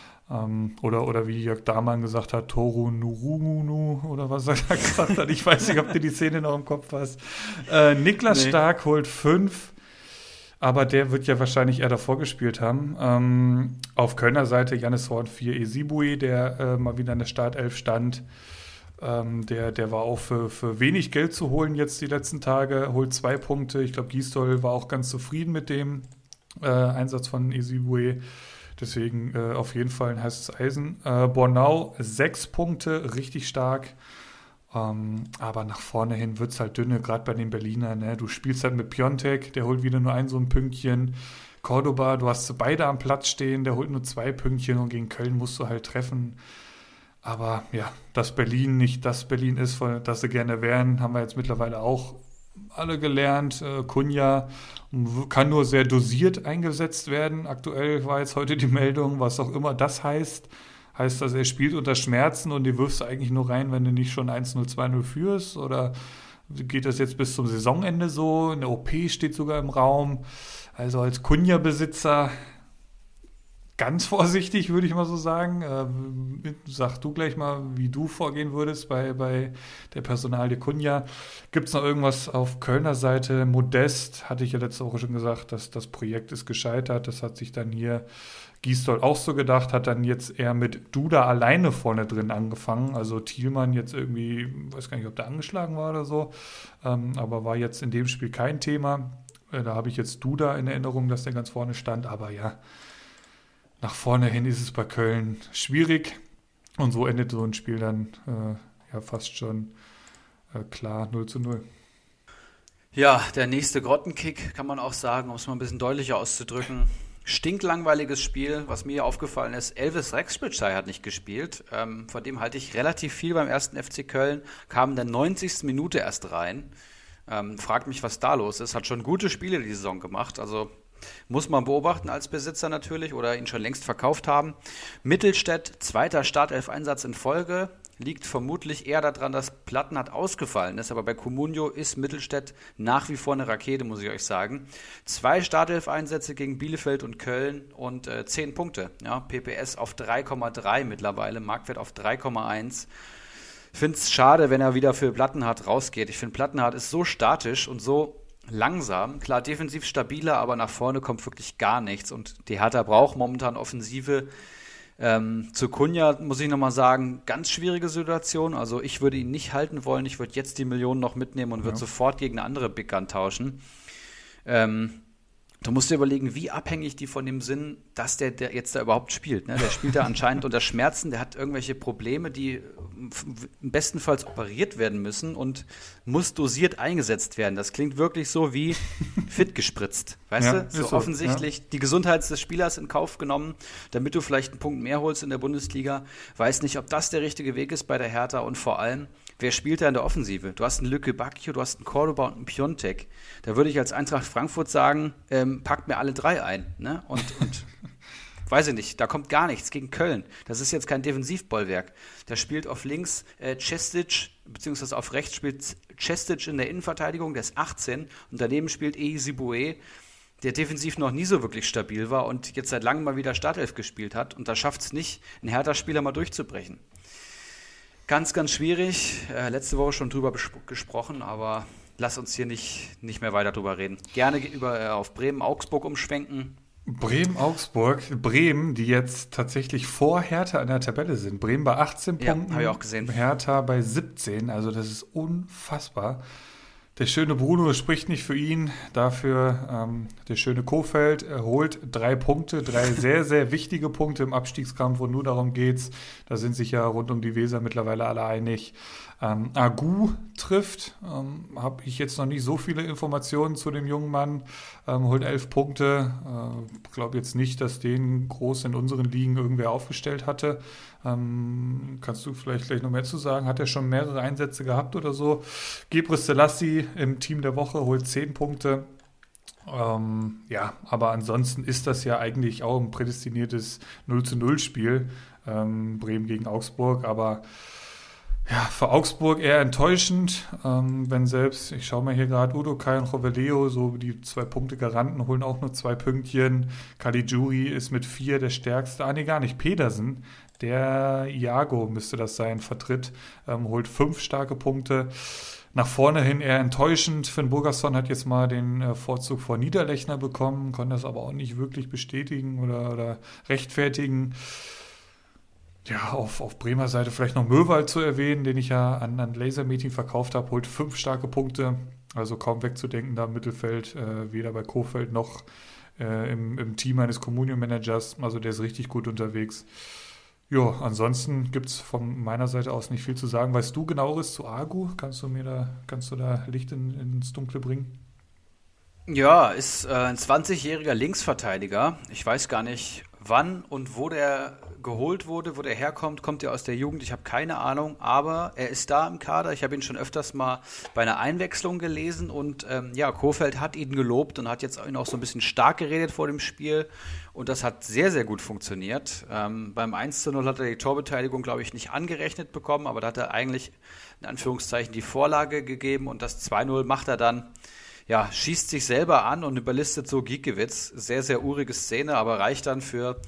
Speaker 3: oder wie Jörg Dahmann gesagt hat, Toru Nurumunu oder was er da gesagt hat. Ich weiß nicht, ob du die Szene noch im Kopf hast. Niklas Stark holt 5. Aber der wird ja wahrscheinlich eher davor gespielt haben. Auf Kölner Seite Jannis Horn 4, Ezibue, der mal wieder in der Startelf stand. Der war auch für wenig Geld zu holen jetzt die letzten Tage, holt 2 Punkte. Ich glaube, Gisdol war auch ganz zufrieden mit dem Einsatz von Ezibue. Deswegen auf jeden Fall ein heißes Eisen. Bornau 6 Punkte, richtig stark. Aber nach vorne hin wird es halt dünne, gerade bei den Berlinern. Ne? Du spielst halt mit Piontek, der holt wieder nur so ein Pünktchen. Cordoba, du hast beide am Platz stehen, der holt nur 2 Pünktchen und gegen Köln musst du halt treffen. Aber ja, dass Berlin nicht das Berlin ist, das sie gerne wären, haben wir jetzt mittlerweile auch alle gelernt. Cunha kann nur sehr dosiert eingesetzt werden. Aktuell war jetzt heute die Meldung, was auch immer das heißt. Heißt das, er spielt unter Schmerzen und die wirfst du eigentlich nur rein, wenn du nicht schon 1-0, 2-0 führst? Oder geht das jetzt bis zum Saisonende so? Eine OP steht sogar im Raum. Also als Cunha-Besitzer ganz vorsichtig, würde ich mal so sagen. Sag du gleich mal, wie du vorgehen würdest bei der Personalie Cunha. Gibt es noch irgendwas auf Kölner Seite? Modest, hatte ich ja letzte Woche schon gesagt, dass das Projekt ist gescheitert. Das hat sich dann hier Gisdol auch so gedacht, hat dann jetzt eher mit Duda alleine vorne drin angefangen. Also Thielmann jetzt irgendwie, weiß gar nicht, ob der angeschlagen war oder so, aber war jetzt in dem Spiel kein Thema. Da habe ich jetzt Duda in Erinnerung, dass der ganz vorne stand, aber ja, nach vorne hin ist es bei Köln schwierig und so endet so ein Spiel dann ja fast schon klar 0-0.
Speaker 4: Ja, der nächste Grottenkick, kann man auch sagen, um es mal ein bisschen deutlicher auszudrücken. Stinklangweiliges Spiel, was mir aufgefallen ist, Elvis Rexbridgei hat nicht gespielt, von dem halte ich relativ viel beim 1. FC Köln, kam in der 90. Minute erst rein, fragt mich, was da los ist, hat schon gute Spiele die Saison gemacht, also muss man beobachten als Besitzer natürlich oder ihn schon längst verkauft haben. Mittelstädt, 2. Startelf-Einsatz in Folge, liegt vermutlich eher daran, dass Plattenhardt ausgefallen ist, aber bei Comunio ist Mittelstädt nach wie vor eine Rakete, muss ich euch sagen. 2 Startelf-Einsätze gegen Bielefeld und Köln und 10 Punkte. Ja, PPS auf 3,3 mittlerweile, Marktwert auf 3,1. Ich finde es schade, wenn er wieder für Plattenhardt rausgeht. Ich finde, Plattenhardt ist so statisch und so langsam. Klar, defensiv stabiler, aber nach vorne kommt wirklich gar nichts. Und die Hertha braucht momentan Offensive. Zu Cunha muss ich nochmal sagen, ganz schwierige Situation. Also ich würde ihn nicht halten wollen. Ich würde jetzt die Millionen noch mitnehmen und würde sofort gegen eine andere Big Gun tauschen. Du musst dir überlegen, wie abhängig die von dem sind, dass der jetzt da überhaupt spielt. Ne? Der spielt da anscheinend unter Schmerzen, der hat irgendwelche Probleme, die bestenfalls operiert werden müssen und muss dosiert eingesetzt werden. Das klingt wirklich so wie fit gespritzt. Weißt du? So offensichtlich die Gesundheit des Spielers in Kauf genommen, damit du vielleicht einen Punkt mehr holst in der Bundesliga. Weiß nicht, ob das der richtige Weg ist bei der Hertha und vor allem, wer spielt da in der Offensive? Du hast einen Lücke Bacchio, du hast einen Cordoba und einen Piontek. Da würde ich als Eintracht Frankfurt sagen, packt mir alle 3 ein. Ne? Und weiß ich nicht, da kommt gar nichts gegen Köln. Das ist jetzt kein Defensivbollwerk. Da spielt auf links Cestic, beziehungsweise auf rechts spielt Cestic in der Innenverteidigung, der ist 18. Und daneben spielt Ezibue, der defensiv noch nie so wirklich stabil war und jetzt seit langem mal wieder Startelf gespielt hat. Und da schafft es nicht, einen Hertha-Spieler mal durchzubrechen. Ganz, ganz schwierig. Letzte Woche schon drüber gesprochen, aber lass uns hier nicht mehr weiter drüber reden. Gerne auf Bremen-Augsburg umschwenken.
Speaker 3: Bremen-Augsburg, Bremen, die jetzt tatsächlich vor Hertha in der Tabelle sind. Bremen bei 18 Punkten,
Speaker 4: habe ich auch gesehen.
Speaker 3: Hertha bei 17, also das ist unfassbar. Der schöne Bruno spricht nicht für ihn, dafür der schöne Kofeld holt 3 Punkte, 3 sehr, sehr wichtige Punkte im Abstiegskampf, wo nur darum geht's. Da sind sich ja rund um die Weser mittlerweile alle einig. Agu trifft, habe ich jetzt noch nicht so viele Informationen zu dem jungen Mann, holt 11 Punkte. Glaube jetzt nicht, dass den groß in unseren Ligen irgendwer aufgestellt hatte. Kannst du vielleicht gleich noch mehr zu sagen? Hat er schon mehrere Einsätze gehabt oder so? Gebre Selassie im Team der Woche holt 10 Punkte. Ja, aber ansonsten ist das ja eigentlich auch ein prädestiniertes 0:0-Spiel, Bremen gegen Augsburg, aber ja, für Augsburg eher enttäuschend, wenn selbst, ich schaue mal hier gerade, Udokai und Joveleo, so die 2-Punkte-Garanten, holen auch nur 2 Pünktchen. Caligiuri ist mit 4 der stärkste, nee, gar nicht, Pedersen, der Iago müsste das sein, vertritt, holt 5 starke Punkte. Nach vorne hin eher enttäuschend. Finn Burgerson hat jetzt mal den Vorzug vor Niederlechner bekommen, konnte das aber auch nicht wirklich bestätigen oder rechtfertigen. Ja, auf Bremer Seite vielleicht noch Möwald zu erwähnen, den ich ja an Laser-Meeting verkauft habe, holt 5 starke Punkte. Also kaum wegzudenken da im Mittelfeld, weder bei Kohfeldt noch im Team eines Comunio-Managers. Also der ist richtig gut unterwegs. Ja, ansonsten gibt es von meiner Seite aus nicht viel zu sagen. Weißt du Genaueres zu Agu? Kannst du da Licht ins Dunkle bringen?
Speaker 4: Ja, ist ein 20-jähriger Linksverteidiger. Ich weiß gar nicht, wann und wo der geholt wurde, wo der herkommt. Kommt er aus der Jugend? Ich habe keine Ahnung, aber er ist da im Kader. Ich habe ihn schon öfters mal bei einer Einwechslung gelesen und Kohfeldt hat ihn gelobt und hat jetzt ihn auch so ein bisschen stark geredet vor dem Spiel und das hat sehr, sehr gut funktioniert. Beim 1:0 hat er die Torbeteiligung, glaube ich, nicht angerechnet bekommen, aber da hat er eigentlich in Anführungszeichen die Vorlage gegeben und das 2:0 macht er dann. Ja, schießt sich selber an und überlistet so Giekewitz. Sehr, sehr urige Szene, aber reicht dann für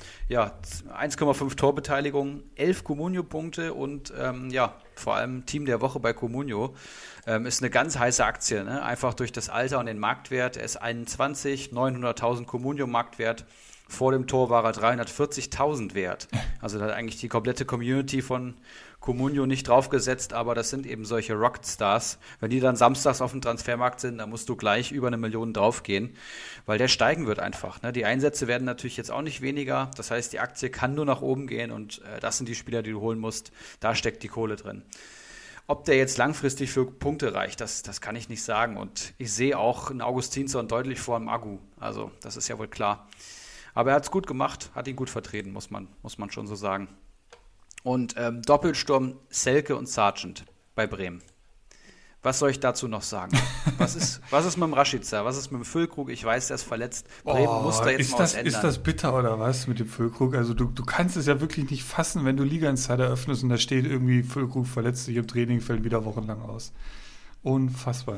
Speaker 4: 1,5 Torbeteiligung, 11 Comunio-Punkte und vor allem Team der Woche bei Comunio. Ist eine ganz heiße Aktie, ne? Einfach durch das Alter und den Marktwert. Er ist 21, 900.000 Comunio-Marktwert. Vor dem Tor war er 340.000 wert. Also da hat eigentlich die komplette Community von Comunio nicht draufgesetzt, aber das sind eben solche Rockstars. Wenn die dann samstags auf dem Transfermarkt sind, dann musst du gleich über 1 Million draufgehen, weil der steigen wird einfach. Ne? Die Einsätze werden natürlich jetzt auch nicht weniger. Das heißt, die Aktie kann nur nach oben gehen und das sind die Spieler, die du holen musst. Da steckt die Kohle drin. Ob der jetzt langfristig für Punkte reicht, das kann ich nicht sagen. Und ich sehe auch einen Augustinsson deutlich vor dem Agu. Also das ist ja wohl klar. Aber er hat es gut gemacht, hat ihn gut vertreten, muss man schon so sagen. Und Doppelsturm Selke und Sargent bei Bremen. Was soll ich dazu noch sagen? Was ist mit dem Rashica? Was ist mit dem Füllkrug? Ich weiß, der ist verletzt. Bremen muss da jetzt mal was ändern.
Speaker 3: Ist das bitter oder was mit dem Füllkrug? Also du kannst es ja wirklich nicht fassen, wenn du Liga Insider öffnest und da steht irgendwie Füllkrug verletzt sich im Training, fällt wieder wochenlang aus. Unfassbar.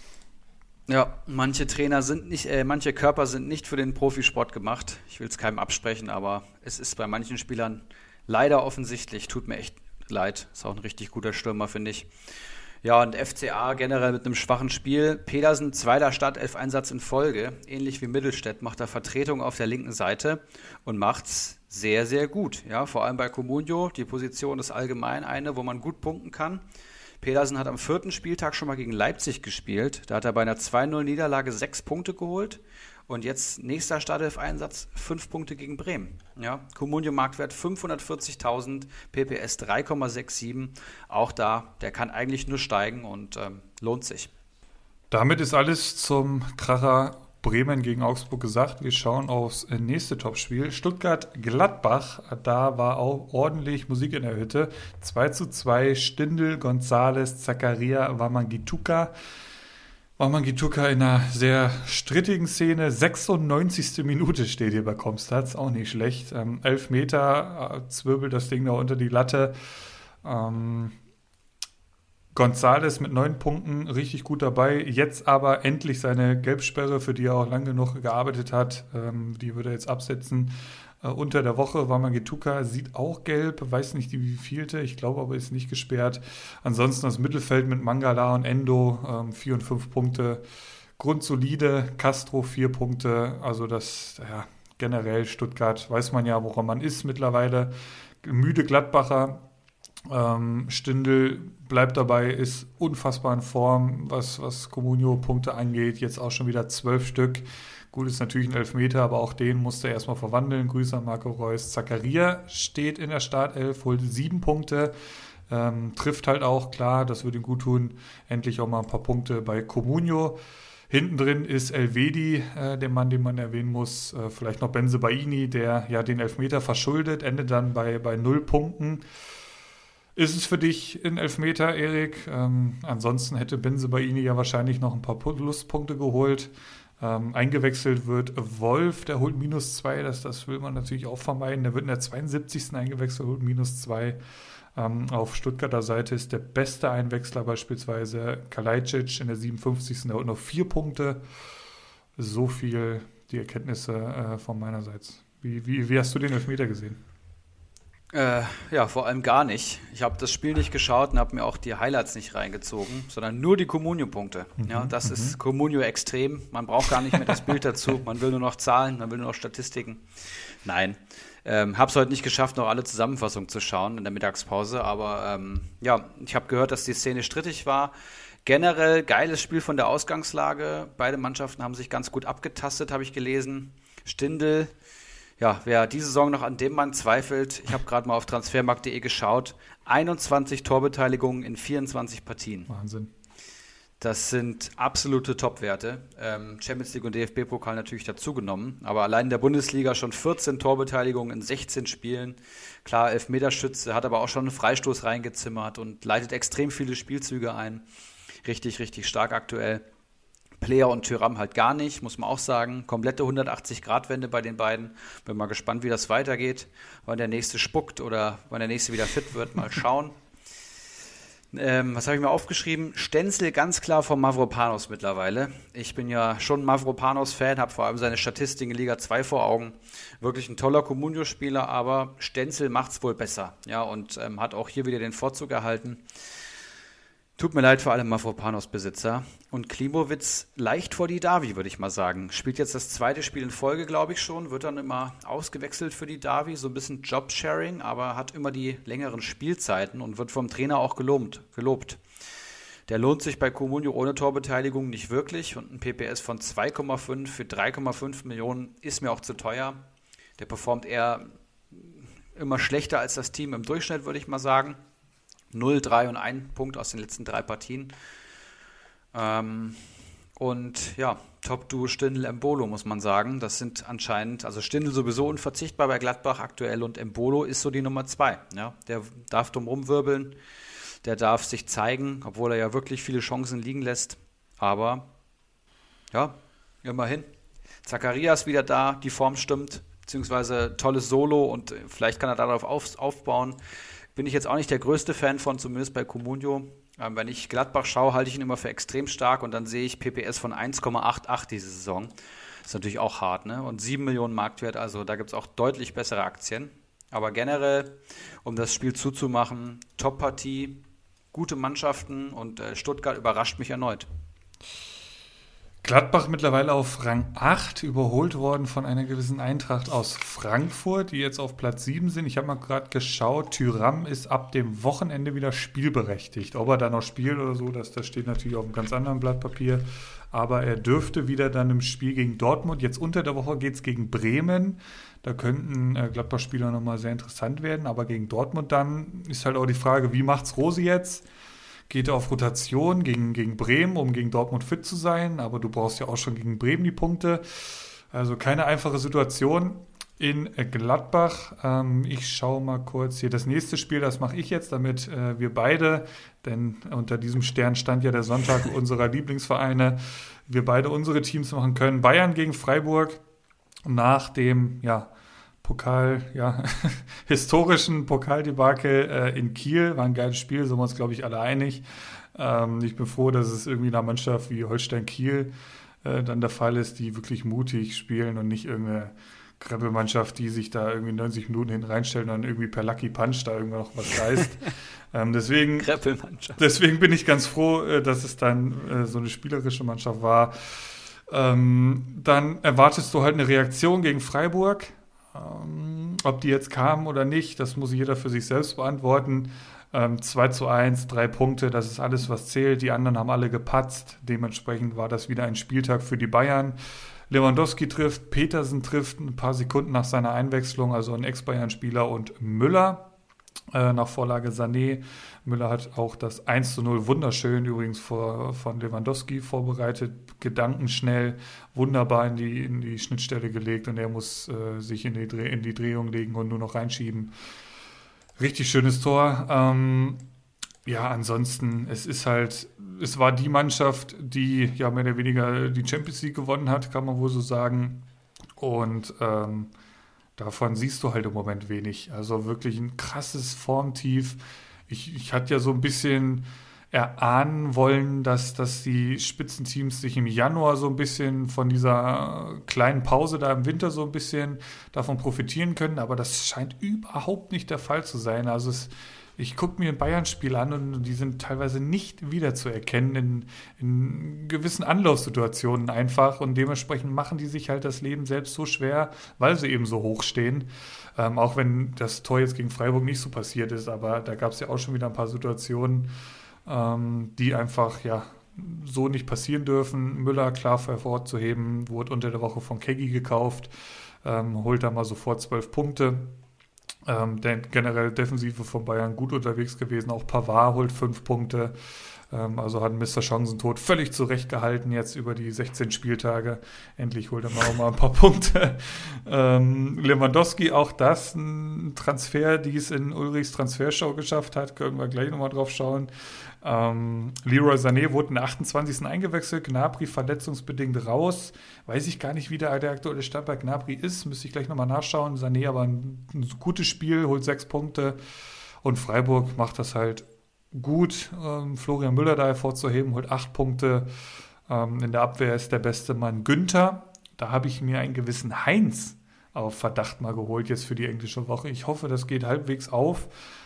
Speaker 4: Ja, manche Körper sind nicht für den Profisport gemacht. Ich will es keinem absprechen, aber es ist bei manchen Spielern leider offensichtlich. Tut mir echt leid. Ist auch ein richtig guter Stürmer, finde ich. Ja, und FCA generell mit einem schwachen Spiel. Pedersen, 2. Startelf-Einsatz in Folge. Ähnlich wie Mittelstädt macht er Vertretung auf der linken Seite und macht's sehr, sehr gut. Ja, vor allem bei Comunio. Die Position ist allgemein eine, wo man gut punkten kann. Pedersen hat am 4. Spieltag schon mal gegen Leipzig gespielt. Da hat er bei einer 2:0-Niederlage 6 Punkte geholt. Und jetzt nächster Startelf-Einsatz, 5 Punkte gegen Bremen. Ja, Comunio-Marktwert 540.000, PPS 3,67. Auch da, der kann eigentlich nur steigen und lohnt sich.
Speaker 3: Damit ist alles zum Kracher Bremen gegen Augsburg gesagt. Wir schauen aufs nächste Topspiel. Stuttgart-Gladbach, da war auch ordentlich Musik in der Hütte. 2:2, Stindl, González, Zakaria, Wamangituka. Wamangituka in einer sehr strittigen Szene. 96. Minute steht hier bei Comstats, auch nicht schlecht. 11 Meter, zwirbelt das Ding da unter die Latte. González mit 9 Punkten, richtig gut dabei. Jetzt aber endlich seine Gelbsperre, für die er auch lang genug gearbeitet hat. Die würde er jetzt absetzen. Unter der Woche Wamangituka sieht auch gelb, weiß nicht wie vielte, ich glaube aber ist nicht gesperrt. Ansonsten das Mittelfeld mit Mangala und Endo, 4 und 5 Punkte. Grundsolide, Castro 4 Punkte. Also das, ja, generell Stuttgart, weiß man ja, woran man ist mittlerweile. Müde Gladbacher. Stindl bleibt dabei, ist unfassbar in Form, was Comunio-Punkte angeht. Jetzt auch schon wieder 12 Stück. Gut, ist natürlich ein Elfmeter, aber auch den musste er erstmal verwandeln. Grüße an Marco Reus. Zakaria steht in der Startelf, holt 7 Punkte. Trifft halt auch, klar, das würde ihm gut tun. Endlich auch mal ein paar Punkte bei Comunio. Hinten drin ist Elvedi, der Mann, den man erwähnen muss. Vielleicht noch Bensebaini, der ja den Elfmeter verschuldet, endet dann bei 0 Punkten. Ist es für dich ein Elfmeter, Erik? Ansonsten hätte Bensebaini ja wahrscheinlich noch ein paar Pluspunkte geholt. Eingewechselt wird Wolf, der holt -2, das will man natürlich auch vermeiden. Der wird in der 72. eingewechselt, holt -2. Auf Stuttgarter Seite ist der beste Einwechsler beispielsweise Kalajdzic in der 57. Der holt noch 4 Punkte. So viel die Erkenntnisse von meinerseits. Wie hast du den Elfmeter gesehen?
Speaker 4: Ja, vor allem gar nicht. Ich habe das Spiel nicht geschaut und habe mir auch die Highlights nicht reingezogen, sondern nur die Comunio-Punkte. Ja, das ist Comunio extrem. Man braucht gar nicht mehr das Bild dazu. Man will nur noch Zahlen, man will nur noch Statistiken. Nein, habe es heute nicht geschafft, noch alle Zusammenfassungen zu schauen in der Mittagspause. Aber ja, ich habe gehört, dass die Szene strittig war. Generell geiles Spiel von der Ausgangslage. Beide Mannschaften haben sich ganz gut abgetastet, habe ich gelesen. Stindl. Ja, wer diese Saison noch an dem Mann zweifelt, ich habe gerade mal auf transfermarkt.de geschaut, 21 Torbeteiligungen in 24 Partien.
Speaker 3: Wahnsinn.
Speaker 4: Das sind absolute Top-Werte. Champions League und DFB-Pokal natürlich dazugenommen, aber allein in der Bundesliga schon 14 Torbeteiligungen in 16 Spielen. Klar, Elfmeterschütze, hat aber auch schon einen Freistoß reingezimmert und leitet extrem viele Spielzüge ein. Richtig, richtig stark aktuell. Player und Thuram halt gar nicht, muss man auch sagen. Komplette 180-Grad-Wende bei den beiden. Bin mal gespannt, wie das weitergeht. Wann der nächste spuckt oder wann der nächste wieder fit wird. Mal schauen. Was habe ich mir aufgeschrieben? Stenzel ganz klar vom Mavropanos mittlerweile. Ich bin ja schon Mavropanos-Fan, habe vor allem seine Statistiken in Liga 2 vor Augen. Wirklich ein toller Comunio-Spieler, aber Stenzel macht es wohl besser. Ja, und hat auch hier wieder den Vorzug erhalten. Tut mir leid für alle Mavropanos-Besitzer. Und Klimowitz leicht vor die Davi, würde ich mal sagen. Spielt jetzt das zweite Spiel in Folge, glaube ich schon. Wird dann immer ausgewechselt für die Davi. So ein bisschen Jobsharing, aber hat immer die längeren Spielzeiten und wird vom Trainer auch gelobt. Der lohnt sich bei Comunio ohne Torbeteiligung nicht wirklich. Und ein PPS von 2,5 für 3,5 Millionen ist mir auch zu teuer. Der performt eher immer schlechter als das Team im Durchschnitt, würde ich mal sagen. 0, 3 und 1 Punkt aus den letzten 3 Partien. Und ja, Top-Duo Stindl, Embolo, muss man sagen. Das sind anscheinend, also Stindl sowieso unverzichtbar bei Gladbach aktuell und Embolo ist so die Nummer 2. Ja, der darf drum rumwirbeln, der darf sich zeigen, obwohl er ja wirklich viele Chancen liegen lässt. Aber ja, immerhin. Zacharias wieder da, die Form stimmt, beziehungsweise tolles Solo und vielleicht kann er darauf aufbauen. Bin ich jetzt auch nicht der größte Fan von, zumindest bei Comunio. Wenn ich Gladbach schaue, halte ich ihn immer für extrem stark und dann sehe ich PPS von 1,88 diese Saison. Ist natürlich auch hart, ne? Und 7 Millionen Marktwert, also da gibt es auch deutlich bessere Aktien. Aber generell, um das Spiel zuzumachen, Top-Partie, gute Mannschaften und Stuttgart überrascht mich erneut.
Speaker 3: Gladbach mittlerweile auf Rang 8, überholt worden von einer gewissen Eintracht aus Frankfurt, die jetzt auf Platz 7 sind. Ich habe mal gerade geschaut, Thuram ist ab dem Wochenende wieder spielberechtigt. Ob er da noch spielt oder so, das steht natürlich auf einem ganz anderen Blatt Papier. Aber er dürfte wieder dann im Spiel gegen Dortmund. Jetzt unter der Woche geht es gegen Bremen. Da könnten Gladbach-Spieler nochmal sehr interessant werden. Aber gegen Dortmund dann ist halt auch die Frage, wie macht's Rose jetzt? Geht er auf Rotation gegen Bremen, um gegen Dortmund fit zu sein. Aber du brauchst ja auch schon gegen Bremen die Punkte. Also keine einfache Situation in Gladbach. Ich schaue mal kurz hier. Das nächste Spiel, das mache ich jetzt, damit wir beide, denn unter diesem Stern stand ja der Sonntag unserer Lieblingsvereine, wir beide unsere Teams machen können. Bayern gegen Freiburg nach dem, historischen Pokaldebakel in Kiel. War ein geiles Spiel, sind wir uns, glaube ich, alle einig. Ich bin froh, dass es irgendwie einer Mannschaft wie Holstein Kiel dann der Fall ist, die wirklich mutig spielen und nicht irgendeine Krempelmannschaft, die sich da irgendwie 90 Minuten hin reinstellt und dann irgendwie per Lucky Punch da irgendwann noch was reißt. Deswegen bin ich ganz froh, dass es dann so eine spielerische Mannschaft war. Dann erwartest du halt eine Reaktion gegen Freiburg. Ob die jetzt kamen oder nicht, das muss jeder für sich selbst beantworten. 2:1, 3 Punkte, das ist alles, was zählt. Die anderen haben alle gepatzt. Dementsprechend war das wieder ein Spieltag für die Bayern. Lewandowski trifft, Petersen trifft ein paar Sekunden nach seiner Einwechslung, also ein Ex-Bayern-Spieler, und Müller nach Vorlage Sané. Müller hat auch das 1:0 wunderschön übrigens von Lewandowski vorbereitet, gedankenschnell, wunderbar in die Schnittstelle gelegt und er muss sich in die Drehung legen und nur noch reinschieben. Richtig schönes Tor. Ja, ansonsten, es war die Mannschaft, die ja mehr oder weniger die Champions League gewonnen hat, kann man wohl so sagen. Und davon siehst du halt im Moment wenig. Also wirklich ein krasses Formtief. Ich hatte ja so ein bisschen erahnen wollen, dass die Spitzenteams sich im Januar so ein bisschen von dieser kleinen Pause da im Winter so ein bisschen davon profitieren können, aber das scheint überhaupt nicht der Fall zu sein. Also ich gucke mir ein Bayern-Spiel an und die sind teilweise nicht wiederzuerkennen in gewissen Anlaufsituationen einfach und dementsprechend machen die sich halt das Leben selbst so schwer, weil sie eben so hoch stehen. Auch wenn das Tor jetzt gegen Freiburg nicht so passiert ist, aber da gab es ja auch schon wieder ein paar Situationen, die einfach ja so nicht passieren dürfen. Müller klar hervorzuheben, wurde unter der Woche von Keggy gekauft, holt da mal sofort 12 Punkte. Denn generell Defensive von Bayern gut unterwegs gewesen, auch Pavard holt 5 Punkte. Also hat Mr. Chancentod völlig zurechtgehalten jetzt über die 16 Spieltage. Endlich holt er auch mal ein paar Punkte. Lewandowski, auch das ein Transfer, die es in Ulrichs Transfershow geschafft hat. Können wir gleich nochmal drauf schauen. Leroy Sané wurde in der 28. eingewechselt. Gnabry verletzungsbedingt raus. Weiß ich gar nicht, wie der aktuelle Stand bei Gnabry ist. Müsste ich gleich nochmal nachschauen. Sané aber ein gutes Spiel, holt 6 Punkte. Und Freiburg macht das halt gut, Florian Müller da hervorzuheben, holt 8 Punkte. In der Abwehr ist der beste Mann Günther. Da habe ich mir einen gewissen Heinz auf Verdacht mal geholt jetzt für die englische Woche. Ich hoffe, das geht halbwegs auf.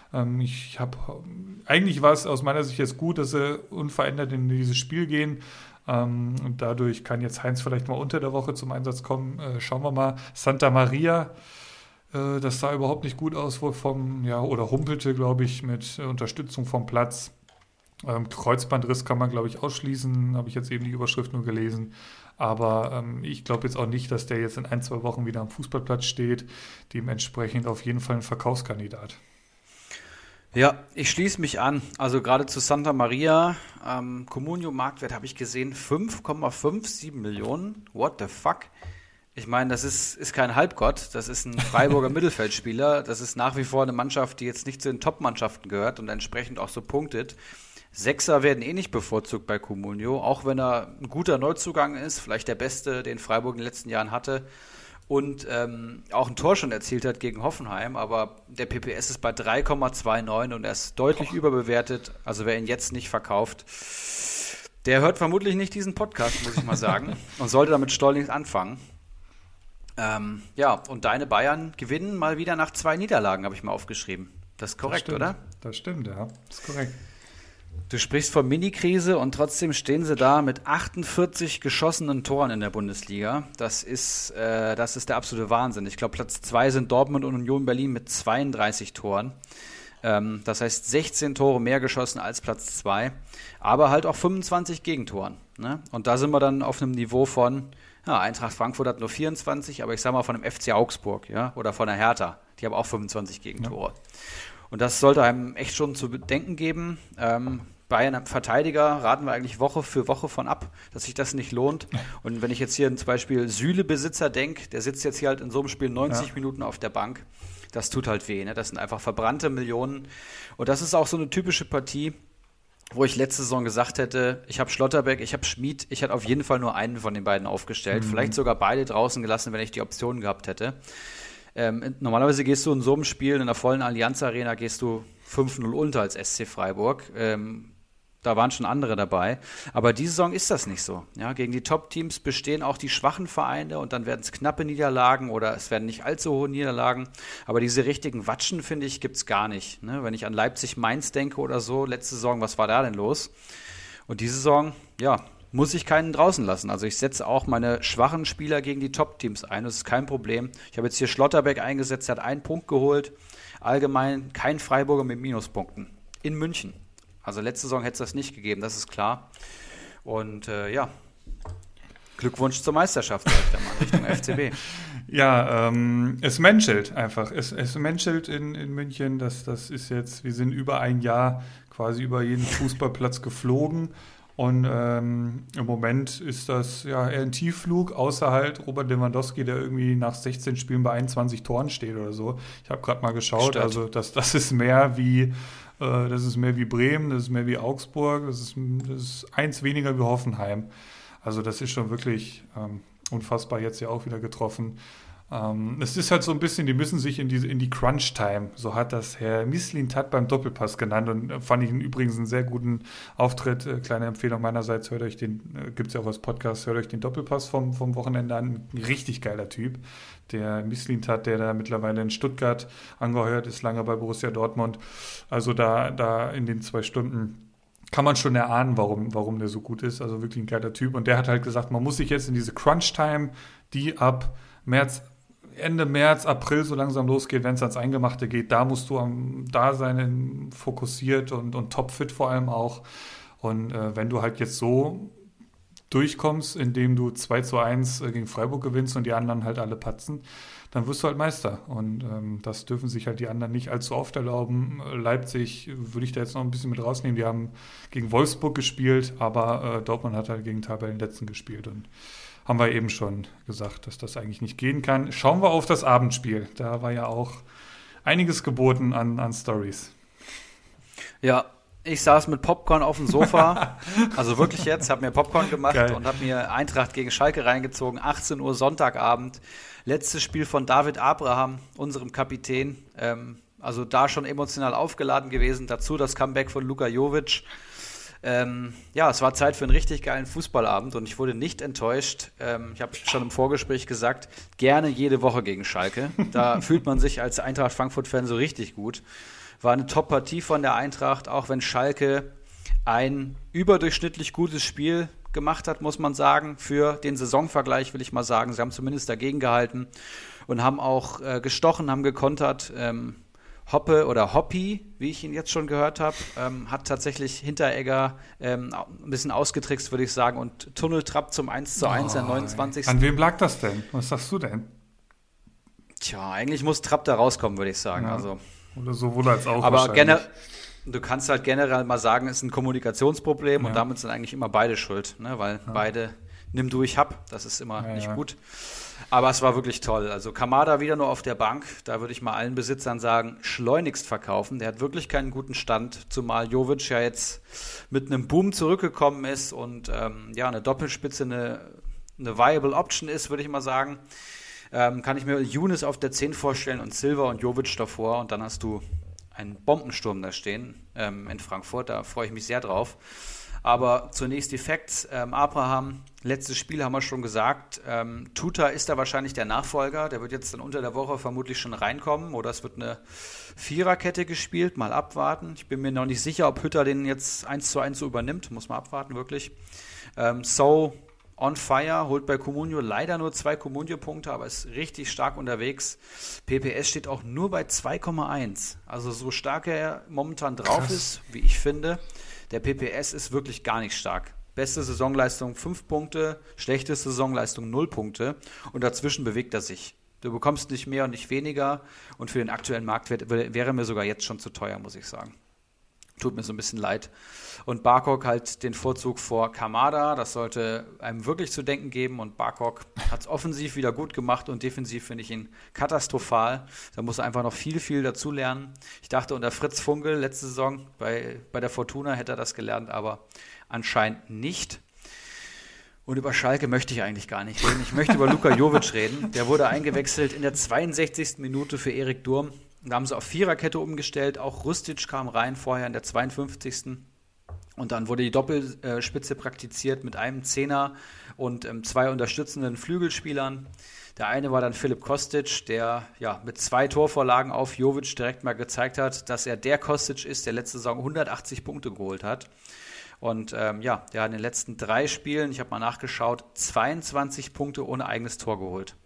Speaker 3: Eigentlich war es aus meiner Sicht jetzt gut, dass sie unverändert in dieses Spiel gehen. Und dadurch kann jetzt Heinz vielleicht mal unter der Woche zum Einsatz kommen. Schauen wir mal. Santa Maria, das sah überhaupt nicht gut aus, wohl oder humpelte, glaube ich, mit Unterstützung vom Platz. Kreuzbandriss kann man, glaube ich, ausschließen, habe ich jetzt eben die Überschrift nur gelesen. Aber ich glaube jetzt auch nicht, dass der jetzt in 1-2 Wochen wieder am Fußballplatz steht. Dementsprechend auf jeden Fall ein Verkaufskandidat.
Speaker 4: Ja, ich schließe mich an. Also gerade zu Santa Maria, Comunio-Marktwert habe ich gesehen, 5,57 Millionen. What the fuck? Ich meine, das ist kein Halbgott, das ist ein Freiburger Mittelfeldspieler. Das ist nach wie vor eine Mannschaft, die jetzt nicht zu den Top-Mannschaften gehört und entsprechend auch so punktet. Sechser werden eh nicht bevorzugt bei Comunio, auch wenn er ein guter Neuzugang ist, vielleicht der beste, den Freiburg in den letzten Jahren hatte. Und auch ein Tor schon erzielt hat gegen Hoffenheim, aber der PPS ist bei 3,29 und er ist deutlich überbewertet. Also wer ihn jetzt nicht verkauft, der hört vermutlich nicht diesen Podcast, muss ich mal sagen, und sollte damit stolz anfangen. Und deine Bayern gewinnen mal wieder nach 2 Niederlagen, habe ich mal aufgeschrieben. Das ist korrekt, oder?
Speaker 3: Das stimmt, ja. Das ist korrekt.
Speaker 4: Du sprichst von Mini-Krise und trotzdem stehen sie da mit 48 geschossenen Toren in der Bundesliga. Das ist der absolute Wahnsinn. Ich glaube, Platz 2 sind Dortmund und Union Berlin mit 32 Toren. Das heißt 16 Tore mehr geschossen als Platz 2, aber halt auch 25 Gegentoren. Ne? Und da sind wir dann auf einem Niveau von, Eintracht Frankfurt hat nur 24, aber ich sag mal von dem FC Augsburg, ja, oder von der Hertha. Die haben auch 25 Gegentore. Ja. Und das sollte einem echt schon zu bedenken geben. Bei einem Verteidiger raten wir eigentlich Woche für Woche von ab, dass sich das nicht lohnt. Und wenn ich jetzt hier zum Beispiel Süle-Besitzer denke, der sitzt jetzt hier halt in so einem Spiel 90 Minuten auf der Bank, das tut halt weh. Ne? Das sind einfach verbrannte Millionen. Und das ist auch so eine typische Partie, wo ich letzte Saison gesagt hätte, ich habe Schlotterbeck, ich habe Schmid, ich hätte auf jeden Fall nur einen von den beiden aufgestellt. Vielleicht sogar beide draußen gelassen, wenn ich die Optionen gehabt hätte. Normalerweise gehst du in so einem Spiel, in der vollen Allianz Arena, gehst du 5-0 unter als SC Freiburg. Da waren schon andere dabei. Aber diese Saison ist das nicht so. Ja, gegen die Top-Teams bestehen auch die schwachen Vereine und dann werden es knappe Niederlagen oder es werden nicht allzu hohe Niederlagen. Aber diese richtigen Watschen, finde ich, gibt es gar nicht. Ne? Wenn ich an Leipzig-Mainz denke oder so, letzte Saison, was war da denn los? Und diese Saison, muss ich keinen draußen lassen. Also ich setze auch meine schwachen Spieler gegen die Top-Teams ein. Das ist kein Problem. Ich habe jetzt hier Schlotterbeck eingesetzt, der hat 1 Punkt geholt. Allgemein kein Freiburger mit Minuspunkten. In München. Also letzte Saison hätte es das nicht gegeben, das ist klar. Und Glückwunsch zur Meisterschaft, sagt der Mann, Richtung FCB.
Speaker 3: Ja, es menschelt einfach. Es menschelt in München. Das ist jetzt, wir sind über ein Jahr quasi über jeden Fußballplatz geflogen. Und im Moment ist das ja eher ein Tiefflug, außer halt Robert Lewandowski, der irgendwie nach 16 Spielen bei 21 Toren steht oder so. Ich habe gerade mal geschaut,
Speaker 4: Statt.
Speaker 3: also das ist mehr wie Bremen, das ist mehr wie Augsburg, das ist eins weniger wie Hoffenheim. Also das ist schon wirklich unfassbar, jetzt ja auch wieder getroffen. Es ist halt so ein bisschen, die müssen sich in die Crunch-Time, so hat das Herr Mislintat beim Doppelpass genannt und fand ich übrigens einen sehr guten Auftritt. Kleine Empfehlung meinerseits, gibt es ja auch als Podcast, hört euch den Doppelpass vom Wochenende an. Ein richtig geiler Typ. Der Mislintat, der da mittlerweile in Stuttgart angeheuert ist, lange bei Borussia Dortmund. Also da in den 2 Stunden kann man schon erahnen, warum der so gut ist. Also wirklich ein geiler Typ. Und der hat halt gesagt, man muss sich jetzt in diese Crunch-Time, die ab Ende März, April so langsam losgeht, wenn es ans Eingemachte geht, da musst du da sein, fokussiert und topfit vor allem auch. Und wenn du halt jetzt so durchkommst, indem du 2:1 gegen Freiburg gewinnst und die anderen halt alle patzen, dann wirst du halt Meister. Und das dürfen sich halt die anderen nicht allzu oft erlauben. Leipzig würde ich da jetzt noch ein bisschen mit rausnehmen. Die haben gegen Wolfsburg gespielt, aber Dortmund hat halt gegen Tabellenletzten gespielt. Und haben wir eben schon gesagt, dass das eigentlich nicht gehen kann. Schauen wir auf das Abendspiel. Da war ja auch einiges geboten an Stories.
Speaker 4: Ja, ich saß mit Popcorn auf dem Sofa, also wirklich jetzt, habe mir Popcorn gemacht
Speaker 3: Geil.
Speaker 4: und habe mir Eintracht gegen Schalke reingezogen, 18 Uhr Sonntagabend, letztes Spiel von David Abraham, unserem Kapitän, also da schon emotional aufgeladen gewesen, dazu das Comeback von Luka Jovic. Es war Zeit für einen richtig geilen Fußballabend und ich wurde nicht enttäuscht. Ich habe schon im Vorgespräch gesagt, gerne jede Woche gegen Schalke. Da fühlt man sich als Eintracht Frankfurt-Fan so richtig gut. War eine Top-Partie von der Eintracht, auch wenn Schalke ein überdurchschnittlich gutes Spiel gemacht hat, muss man sagen. Für den Saisonvergleich will ich mal sagen, sie haben zumindest dagegen gehalten und haben auch gestochen, haben gekontert. Hoppe oder Hoppi, wie ich ihn jetzt schon gehört habe, hat tatsächlich Hinteregger ein bisschen ausgetrickst, würde ich sagen, und Tunneltrapp zum 1:1 der 29.
Speaker 3: An wem lag das denn? Was sagst du denn?
Speaker 4: Tja, eigentlich muss Trapp da rauskommen, würde ich sagen.
Speaker 3: Ja.
Speaker 4: Also,
Speaker 3: oder sowohl als auch
Speaker 4: aber
Speaker 3: wahrscheinlich.
Speaker 4: du kannst halt generell mal sagen, es ist ein Kommunikationsproblem
Speaker 3: Ja.
Speaker 4: und damit sind eigentlich immer beide schuld, ne? Weil beide nimm du, ich hab, das ist immer nicht gut. Aber es war wirklich toll. Also Kamada wieder nur auf der Bank. Da würde ich mal allen Besitzern sagen, schleunigst verkaufen. Der hat wirklich keinen guten Stand, zumal Jovic ja jetzt mit einem Boom zurückgekommen ist und eine Doppelspitze eine viable Option ist, würde ich mal sagen. Kann ich mir Younes auf der 10 vorstellen und Silva und Jovic davor und dann hast du einen Bombensturm da stehen in Frankfurt. Da freue ich mich sehr drauf. Aber zunächst die Facts. Abraham, letztes Spiel haben wir schon gesagt. Tuta ist da wahrscheinlich der Nachfolger. Der wird jetzt dann unter der Woche vermutlich schon reinkommen. Oder es wird eine Viererkette gespielt. Mal abwarten. Ich bin mir noch nicht sicher, ob Hütter den jetzt 1:1 so übernimmt. Muss man abwarten, wirklich. So on fire, holt bei Comunio leider nur 2 Comunio-Punkte, aber ist richtig stark unterwegs. PPS steht auch nur bei 2,1. Also so stark er momentan drauf ist, wie ich finde. Der PPS ist wirklich gar nicht stark. Beste Saisonleistung 5 Punkte, schlechteste Saisonleistung 0 Punkte und dazwischen bewegt er sich. Du bekommst nicht mehr und nicht weniger und für den aktuellen Marktwert wäre mir sogar jetzt schon zu teuer, muss ich sagen. Tut mir so ein bisschen leid. Und Barkok halt den Vorzug vor Kamada. Das sollte einem wirklich zu denken geben. Und Barkok hat es offensiv wieder gut gemacht und defensiv finde ich ihn katastrophal. Da muss er einfach noch viel, viel dazu lernen. Ich dachte, unter Fritz Funkel letzte Saison bei der Fortuna hätte er das gelernt, aber anscheinend nicht. Und über Schalke möchte ich eigentlich gar nicht reden. Ich möchte über Luka Jovic reden. Der wurde eingewechselt in der 62. Minute für Erik Durm. Da haben sie auf Viererkette umgestellt. Auch Rustic kam rein vorher in der 52. Und dann wurde die Doppelspitze praktiziert mit einem Zehner und 2 unterstützenden Flügelspielern. Der eine war dann Filip Kostic, der mit 2 Torvorlagen auf Jovic direkt mal gezeigt hat, dass er der Kostic ist, der letzte Saison 180 Punkte geholt hat. Und der hat in den letzten 3 Spielen, ich habe mal nachgeschaut, 22 Punkte ohne eigenes Tor geholt.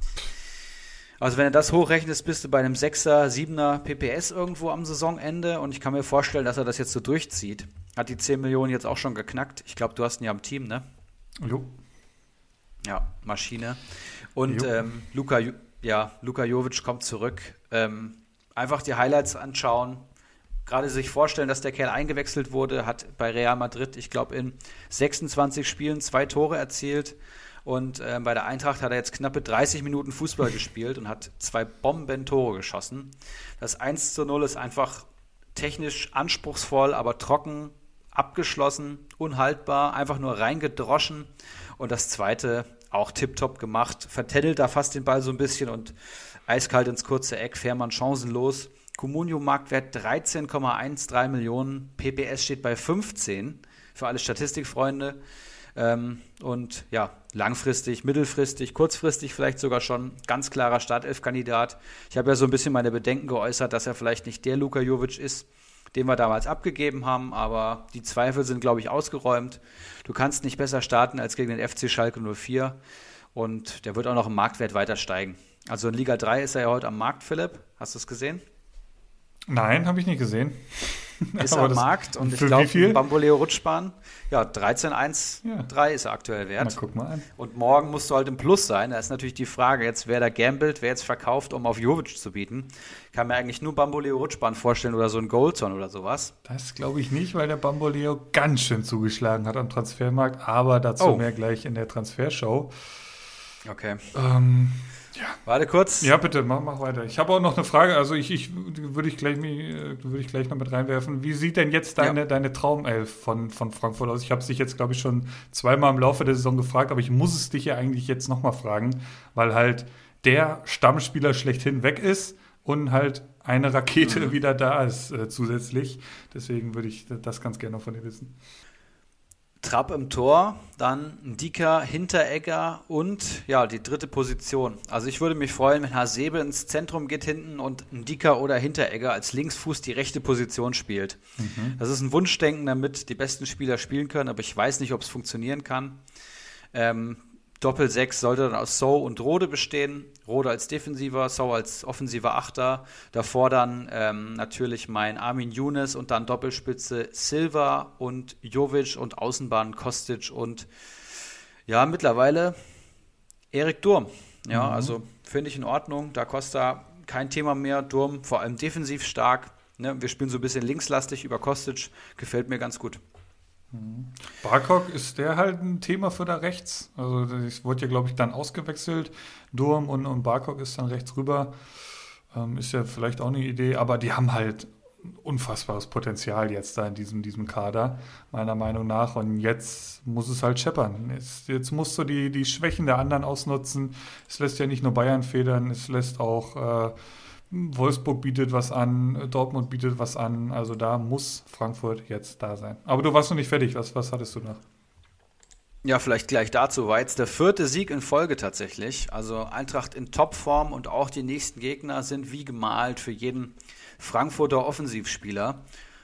Speaker 4: Also wenn du das hochrechnest, bist du bei einem 6er, 7er PPS irgendwo am Saisonende und ich kann mir vorstellen, dass er das jetzt so durchzieht. Hat die 10 Millionen jetzt auch schon geknackt. Ich glaube, du hast ihn ja am Team, ne?
Speaker 3: Jo.
Speaker 4: Ja, Maschine. Und Luka Jovic kommt zurück. Einfach die Highlights anschauen. gerade sich vorstellen, dass der Kerl eingewechselt wurde, hat bei Real Madrid, ich glaube, in 26 Spielen 2 Tore erzielt. Und bei der Eintracht hat er jetzt knappe 30 Minuten Fußball gespielt und hat 2 Bomben-Tore geschossen. Das 1:0 ist einfach technisch anspruchsvoll, aber trocken, abgeschlossen, unhaltbar, einfach nur reingedroschen. Und das zweite auch tipptopp gemacht, vertändelt da fast den Ball so ein bisschen und eiskalt ins kurze Eck, Fährmann chancenlos. Comunio-Marktwert 13,13 Millionen, PPS steht bei 15 für alle Statistikfreunde. Und ja, langfristig, mittelfristig, kurzfristig vielleicht sogar schon ganz klarer Startelf-Kandidat. Ich habe ja so ein bisschen meine Bedenken geäußert, dass er vielleicht nicht der Luka Jovic ist, den wir damals abgegeben haben, aber die Zweifel sind, glaube ich, ausgeräumt. Du kannst nicht besser starten als gegen den FC Schalke 04 und der wird auch noch im Marktwert weiter steigen. Also in Liga 3 ist er ja heute am Markt, Philipp. Hast du es gesehen?
Speaker 3: Nein, habe ich nicht gesehen.
Speaker 4: Ist er am Markt und ich glaube, Bamboleo Rutschbahn, ja, 13,13 ist er aktuell wert.
Speaker 3: Na, guck mal an.
Speaker 4: Und morgen musst du halt im Plus sein. Da ist natürlich die Frage jetzt, wer da gambelt, wer jetzt verkauft, um auf Jovic zu bieten. Kann mir eigentlich nur Bamboleo Rutschbahn vorstellen oder so ein Goldson oder sowas.
Speaker 3: Das glaube ich nicht, weil der Bamboleo ganz schön zugeschlagen hat am Transfermarkt, aber dazu mehr gleich in der Transfershow.
Speaker 4: Okay.
Speaker 3: Ja.
Speaker 4: Warte kurz.
Speaker 3: Ja, bitte, mach weiter. Ich habe auch noch eine Frage, also würde ich gleich noch mit reinwerfen. Wie sieht denn jetzt deine Traumelf von Frankfurt aus? Ich habe es dich jetzt, glaube ich, schon zweimal im Laufe der Saison gefragt, aber ich muss es dich ja eigentlich jetzt nochmal fragen, weil halt der Stammspieler schlechthin weg ist und halt eine Rakete wieder da ist zusätzlich. Deswegen würde ich das ganz gerne noch von dir wissen.
Speaker 4: Trapp im Tor, dann Ndika, Hinteregger und ja, die dritte Position. Also ich würde mich freuen, wenn Hasebe ins Zentrum geht hinten und Ndika oder Hinteregger als Linksfuß die rechte Position spielt. Das ist ein Wunschdenken, damit die besten Spieler spielen können, aber ich weiß nicht, ob es funktionieren kann. Doppel-6 sollte dann aus So und Rode bestehen. Rode als Defensiver, So als offensiver Achter. Davor dann natürlich mein Armin Younes und dann Doppelspitze Silva und Jovic und Außenbahn Kostic und ja, mittlerweile Erik Durm. Ja, also finde ich in Ordnung. Da Costa kein Thema mehr. Durm vor allem defensiv stark. Ne? Wir spielen so ein bisschen linkslastig über Kostic. Gefällt mir ganz gut.
Speaker 3: Barkok, ist der halt ein Thema für da rechts? Also es wurde ja, glaube ich, dann ausgewechselt. Durm und Barkok ist dann rechts rüber. Ist ja vielleicht auch eine Idee, aber die haben halt unfassbares Potenzial jetzt da in diesem Kader, meiner Meinung nach. Und jetzt muss es halt scheppern. Jetzt musst du die Schwächen der anderen ausnutzen. Es lässt ja nicht nur Bayern federn, es lässt auch Wolfsburg bietet was an, Dortmund bietet was an, also da muss Frankfurt jetzt da sein. Aber du warst noch nicht fertig, was hattest du noch?
Speaker 4: Ja, vielleicht gleich dazu, war jetzt der 4. Sieg in Folge tatsächlich, also Eintracht in Topform und auch die nächsten Gegner sind wie gemalt für jeden Frankfurter Offensivspieler.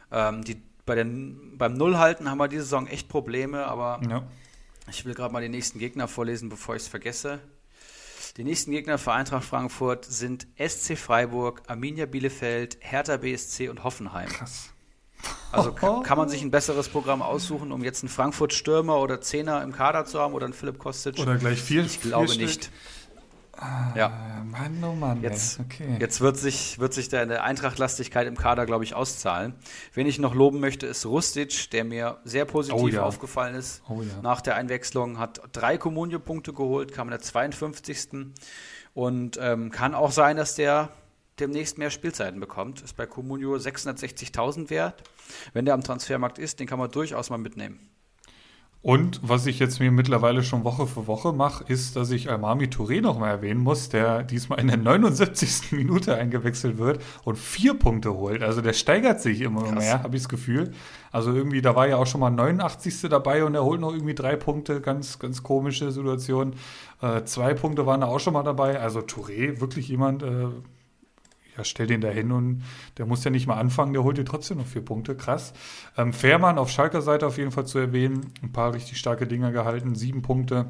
Speaker 4: Beim Nullhalten haben wir diese Saison echt Probleme, aber ich will gerade mal die nächsten Gegner vorlesen, bevor ich es vergesse. Die nächsten Gegner für Eintracht Frankfurt sind SC Freiburg, Arminia Bielefeld, Hertha BSC und Hoffenheim.
Speaker 3: Krass.
Speaker 4: Also kann man sich ein besseres Programm aussuchen, um jetzt einen Frankfurt-Stürmer oder Zehner im Kader zu haben oder einen Philipp Kostic?
Speaker 3: Oder gleich 4?
Speaker 4: Ich glaube nicht. Ja.
Speaker 3: Mann, oh Mann.
Speaker 4: Jetzt wird sich da eine Eintracht-Lastigkeit im Kader, glaube ich, auszahlen. Wen ich noch loben möchte, ist Rustic, der mir sehr positiv aufgefallen ist. Nach der Einwechslung hat 3 Comunio-Punkte geholt, kam in der 52. Und kann auch sein, dass der demnächst mehr Spielzeiten bekommt. Ist bei Comunio 660.000 wert. Wenn der am Transfermarkt ist, den kann man durchaus mal mitnehmen.
Speaker 3: Und was ich jetzt mir mittlerweile schon Woche für Woche mache, ist, dass ich Almami Touré noch mal erwähnen muss, der diesmal in der 79. Minute eingewechselt wird und 4 Punkte holt. Also der steigert sich immer mehr, habe ich das Gefühl. Also irgendwie, da war ja auch schon mal 89. dabei und er holt noch irgendwie 3 Punkte. Ganz, ganz komische Situation. 2 Punkte waren da auch schon mal dabei. Also Touré, wirklich jemand... stell den da hin und der muss ja nicht mal anfangen, der holt dir trotzdem noch 4 Punkte, krass. Fährmann auf Schalker Seite auf jeden Fall zu erwähnen, ein paar richtig starke Dinger gehalten, 7 Punkte.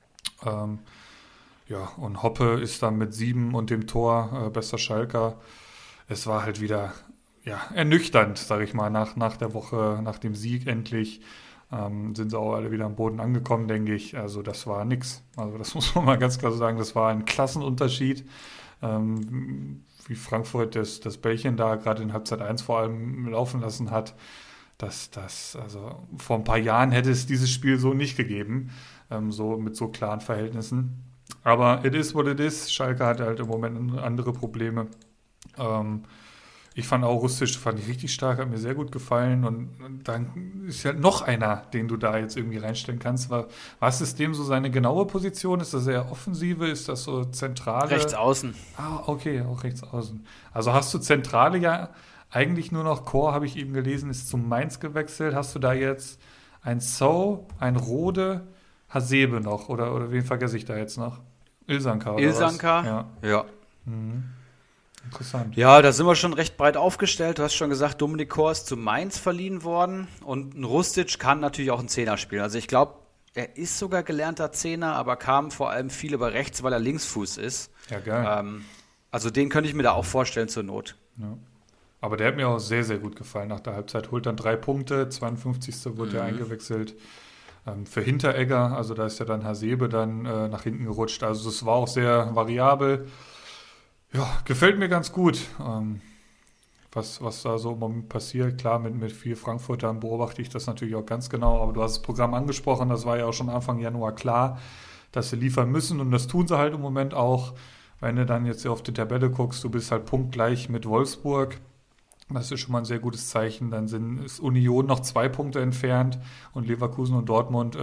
Speaker 3: Und Hoppe ist dann mit 7 und dem Tor bester Schalker. Es war halt wieder ernüchternd, sage ich mal, nach der Woche, nach dem Sieg endlich. Sind sie auch alle wieder am Boden angekommen, denke ich. Also das war nix. Also das muss man mal ganz klar so sagen, das war ein Klassenunterschied. wie Frankfurt das Bällchen da gerade in Halbzeit 1 vor allem laufen lassen hat. Also vor ein paar Jahren hätte es dieses Spiel so nicht gegeben, so mit so klaren Verhältnissen. Aber it is what it is. Schalke hat halt im Moment andere Probleme. Ich fand auch Rustic richtig stark, hat mir sehr gut gefallen. Und dann ist ja noch einer, den du da jetzt irgendwie reinstellen kannst. Was ist dem so seine genaue Position? Ist das eher Offensive? Ist das so Zentrale?
Speaker 4: Rechts außen.
Speaker 3: Ah, okay, auch rechts außen. Also hast du Zentrale ja eigentlich nur noch. Chor, habe ich eben gelesen, ist zu Mainz gewechselt. Hast du da jetzt ein So, ein Rode, Hasebe noch? Oder wen vergesse ich da jetzt noch? Ilsanker.
Speaker 4: Ja.
Speaker 3: Mhm. Interessant.
Speaker 4: Ja, da sind wir schon recht breit aufgestellt. Du hast schon gesagt, Dominik Kor ist zu Mainz verliehen worden und ein Rustic kann natürlich auch einen Zehner spielen. Also ich glaube, er ist sogar gelernter Zehner, aber kam vor allem viel über rechts, weil er Linksfuß ist.
Speaker 3: Ja, geil.
Speaker 4: Also den könnte ich mir da auch vorstellen zur Not.
Speaker 3: Ja. Aber der hat mir auch sehr, sehr gut gefallen nach der Halbzeit. Holt dann 3 Punkte, 52. wurde er eingewechselt. Für Hinteregger, also da ist ja dann Hasebe dann nach hinten gerutscht. Also es war auch sehr variabel. Ja, gefällt mir ganz gut, was da so im Moment passiert. Klar, mit viel Frankfurtern beobachte ich das natürlich auch ganz genau, aber du hast das Programm angesprochen, das war ja auch schon Anfang Januar klar, dass sie liefern müssen und das tun sie halt im Moment auch. Wenn du dann jetzt auf die Tabelle guckst, du bist halt punktgleich mit Wolfsburg, das ist schon mal ein sehr gutes Zeichen. Dann ist Union noch 2 Punkte entfernt und Leverkusen und Dortmund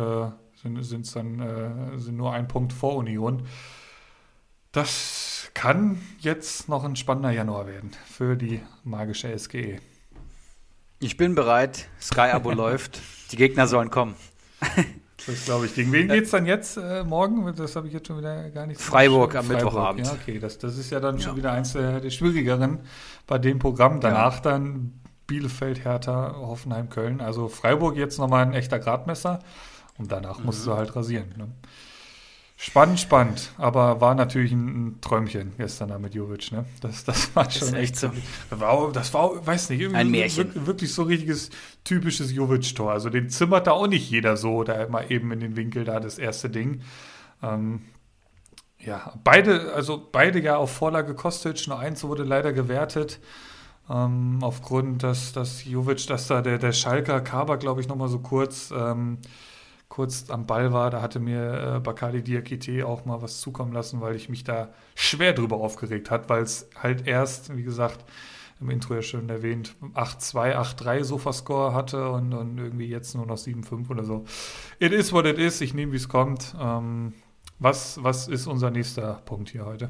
Speaker 3: sind nur 1 Punkt vor Union. Das kann jetzt noch ein spannender Januar werden für die magische SGE.
Speaker 4: Ich bin bereit. Sky-Abo läuft. Die Gegner sollen kommen.
Speaker 3: Das glaube ich. Gegen wen geht es dann jetzt morgen? Das habe ich jetzt schon wieder gar nicht so.
Speaker 4: Freiburg am Mittwochabend.
Speaker 3: Ja, okay. Das ist ja dann schon wieder eins der schwierigeren bei dem Programm. Danach dann Bielefeld, Hertha, Hoffenheim, Köln. Also Freiburg jetzt nochmal ein echter Gradmesser. Und danach musst du halt rasieren. Ne? Spannend, aber war natürlich ein Träumchen gestern da mit Jovic, ne? Das war schon
Speaker 4: ist echt so.
Speaker 3: Das war, weiß nicht, irgendwie
Speaker 4: ein Märchen.
Speaker 3: Wirklich so richtiges, typisches Jovic-Tor. Also den zimmert da auch nicht jeder so, da mal eben in den Winkel da das erste Ding. Beide ja auf Vorlage Kostic, nur eins wurde leider gewertet. Aufgrund, dass Jovic, dass da der Schalker Kaber, glaube ich, nochmal so kurz am Ball war, da hatte mir Bakary Diakité auch mal was zukommen lassen, weil ich mich da schwer drüber aufgeregt hat, weil es halt erst, wie gesagt, im Intro ja schon erwähnt, 8-2, 8-3 Sofascore hatte und irgendwie jetzt nur noch 7-5 oder so. It is what it is, ich nehme, wie es kommt. Was ist unser nächster Punkt hier heute?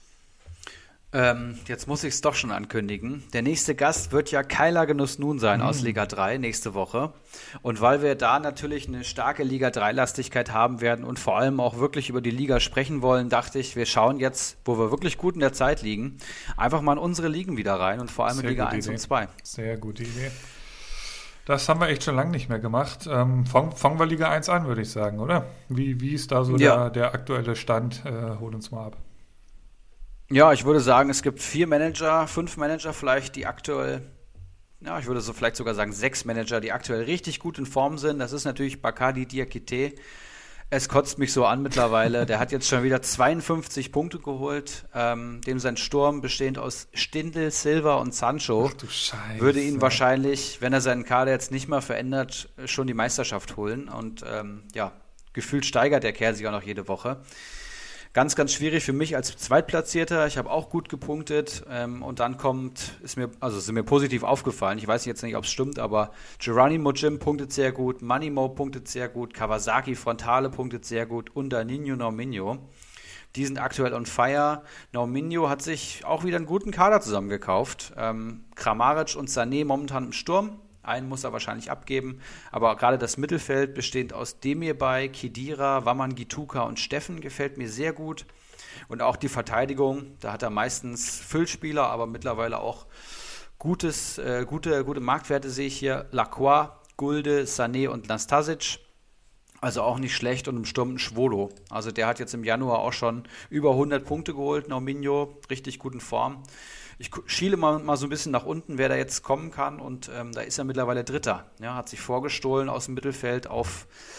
Speaker 4: Jetzt muss ich es doch schon ankündigen. Der nächste Gast wird ja Keiler Genuss Nun sein aus Liga 3 nächste Woche. Und weil wir da natürlich eine starke Liga 3-Lastigkeit haben werden und vor allem auch wirklich über die Liga sprechen wollen, dachte ich, wir schauen jetzt, wo wir wirklich gut in der Zeit liegen, einfach mal in unsere Ligen wieder rein und vor allem in Liga 1 und 2.
Speaker 3: Sehr gute Idee. Das haben wir echt schon lange nicht mehr gemacht. Fangen wir Liga 1 an, würde ich sagen, oder? Wie ist da so der aktuelle Stand? Hol uns mal ab.
Speaker 4: Ja, ich würde sagen, es gibt 5 Manager vielleicht, die aktuell, ich würde so vielleicht sogar sagen 6 Manager, die aktuell richtig gut in Form sind. Das ist natürlich Bakary Diakité. Es kotzt mich so an mittlerweile. Der hat jetzt schon wieder 52 Punkte geholt. Dem sein Sturm, bestehend aus Stindl, Silva und Sancho,
Speaker 3: Ach du Scheiße,
Speaker 4: würde ihn wahrscheinlich, wenn er seinen Kader jetzt nicht mehr verändert, schon die Meisterschaft holen. Und gefühlt steigert der Kerl sich auch noch jede Woche. Ganz, ganz schwierig für mich als Zweitplatzierter. Ich habe auch gut gepunktet und dann sind mir positiv aufgefallen. Ich weiß jetzt nicht, ob es stimmt, aber Geronimo Jim punktet sehr gut, Manimo punktet sehr gut, Kawasaki Frontale punktet sehr gut und Danilo Norminho. Die sind aktuell on fire. Norminho hat sich auch wieder einen guten Kader zusammengekauft. Kramaric und Sané momentan im Sturm. Einen muss er wahrscheinlich abgeben, aber gerade das Mittelfeld bestehend aus Demirbay, Khedira, Wamangituka und Steffen gefällt mir sehr gut. Und auch die Verteidigung, da hat er meistens Füllspieler, aber mittlerweile auch gute Marktwerte sehe ich hier. Lacroix, Gulde, Sané und Nastasic. Also auch nicht schlecht und im Sturm Schwolo. Also der hat jetzt im Januar auch schon über 100 Punkte geholt, Norminho, richtig gut in Form. Ich schiele mal so ein bisschen nach unten, wer da jetzt kommen kann und da ist er mittlerweile Dritter. Ja, hat sich vorgestohlen aus dem Mittelfeld auf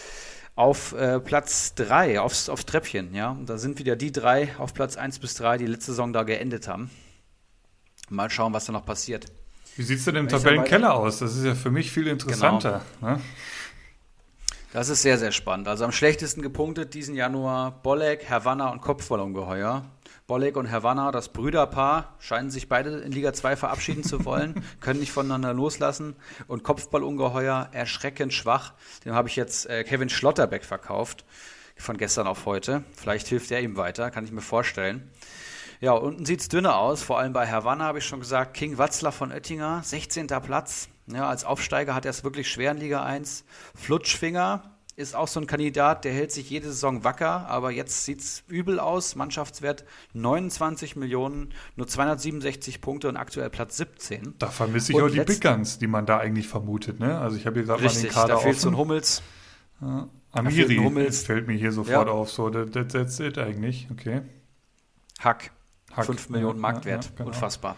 Speaker 4: auf Platz 3, aufs Treppchen. Ja? Und da sind wieder die 3 auf Platz 1 bis 3, die letzte Saison da geendet haben. Mal schauen, was da noch passiert.
Speaker 3: Wie sieht es denn im Tabellenkeller aus? Das ist ja für mich viel interessanter. Genau. Ne?
Speaker 4: Das ist sehr, sehr spannend. Also am schlechtesten gepunktet diesen Januar Bolek, Havanna und Kopfballungeheuer. Bolek und Havanna, das Brüderpaar, scheinen sich beide in Liga 2 verabschieden zu wollen, können nicht voneinander loslassen. Und Kopfballungeheuer, erschreckend schwach. Dem habe ich jetzt Kevin Schlotterbeck verkauft, von gestern auf heute. Vielleicht hilft er ihm weiter, kann ich mir vorstellen. Ja, unten sieht es dünner aus, vor allem bei Havanna habe ich schon gesagt. King Watzler von Oettinger, 16. Platz. Ja, als Aufsteiger hat er es wirklich schwer in Liga 1. Flutschfinger ist auch so ein Kandidat, der hält sich jede Saison wacker, aber jetzt sieht es übel aus. Mannschaftswert 29 Millionen, nur 267 Punkte und aktuell Platz 17.
Speaker 3: Da vermisse ich und auch die Big Guns, die man da eigentlich vermutet. Ne? Also ich habe hier gerade mal den Kader
Speaker 4: da fehlt
Speaker 3: offen.
Speaker 4: So ein Hummels.
Speaker 3: Ja, Amiri fällt mir hier sofort auf. So, that's it eigentlich. Okay.
Speaker 4: Hack. 5 Millionen Marktwert.
Speaker 3: Ja, genau.
Speaker 4: Unfassbar.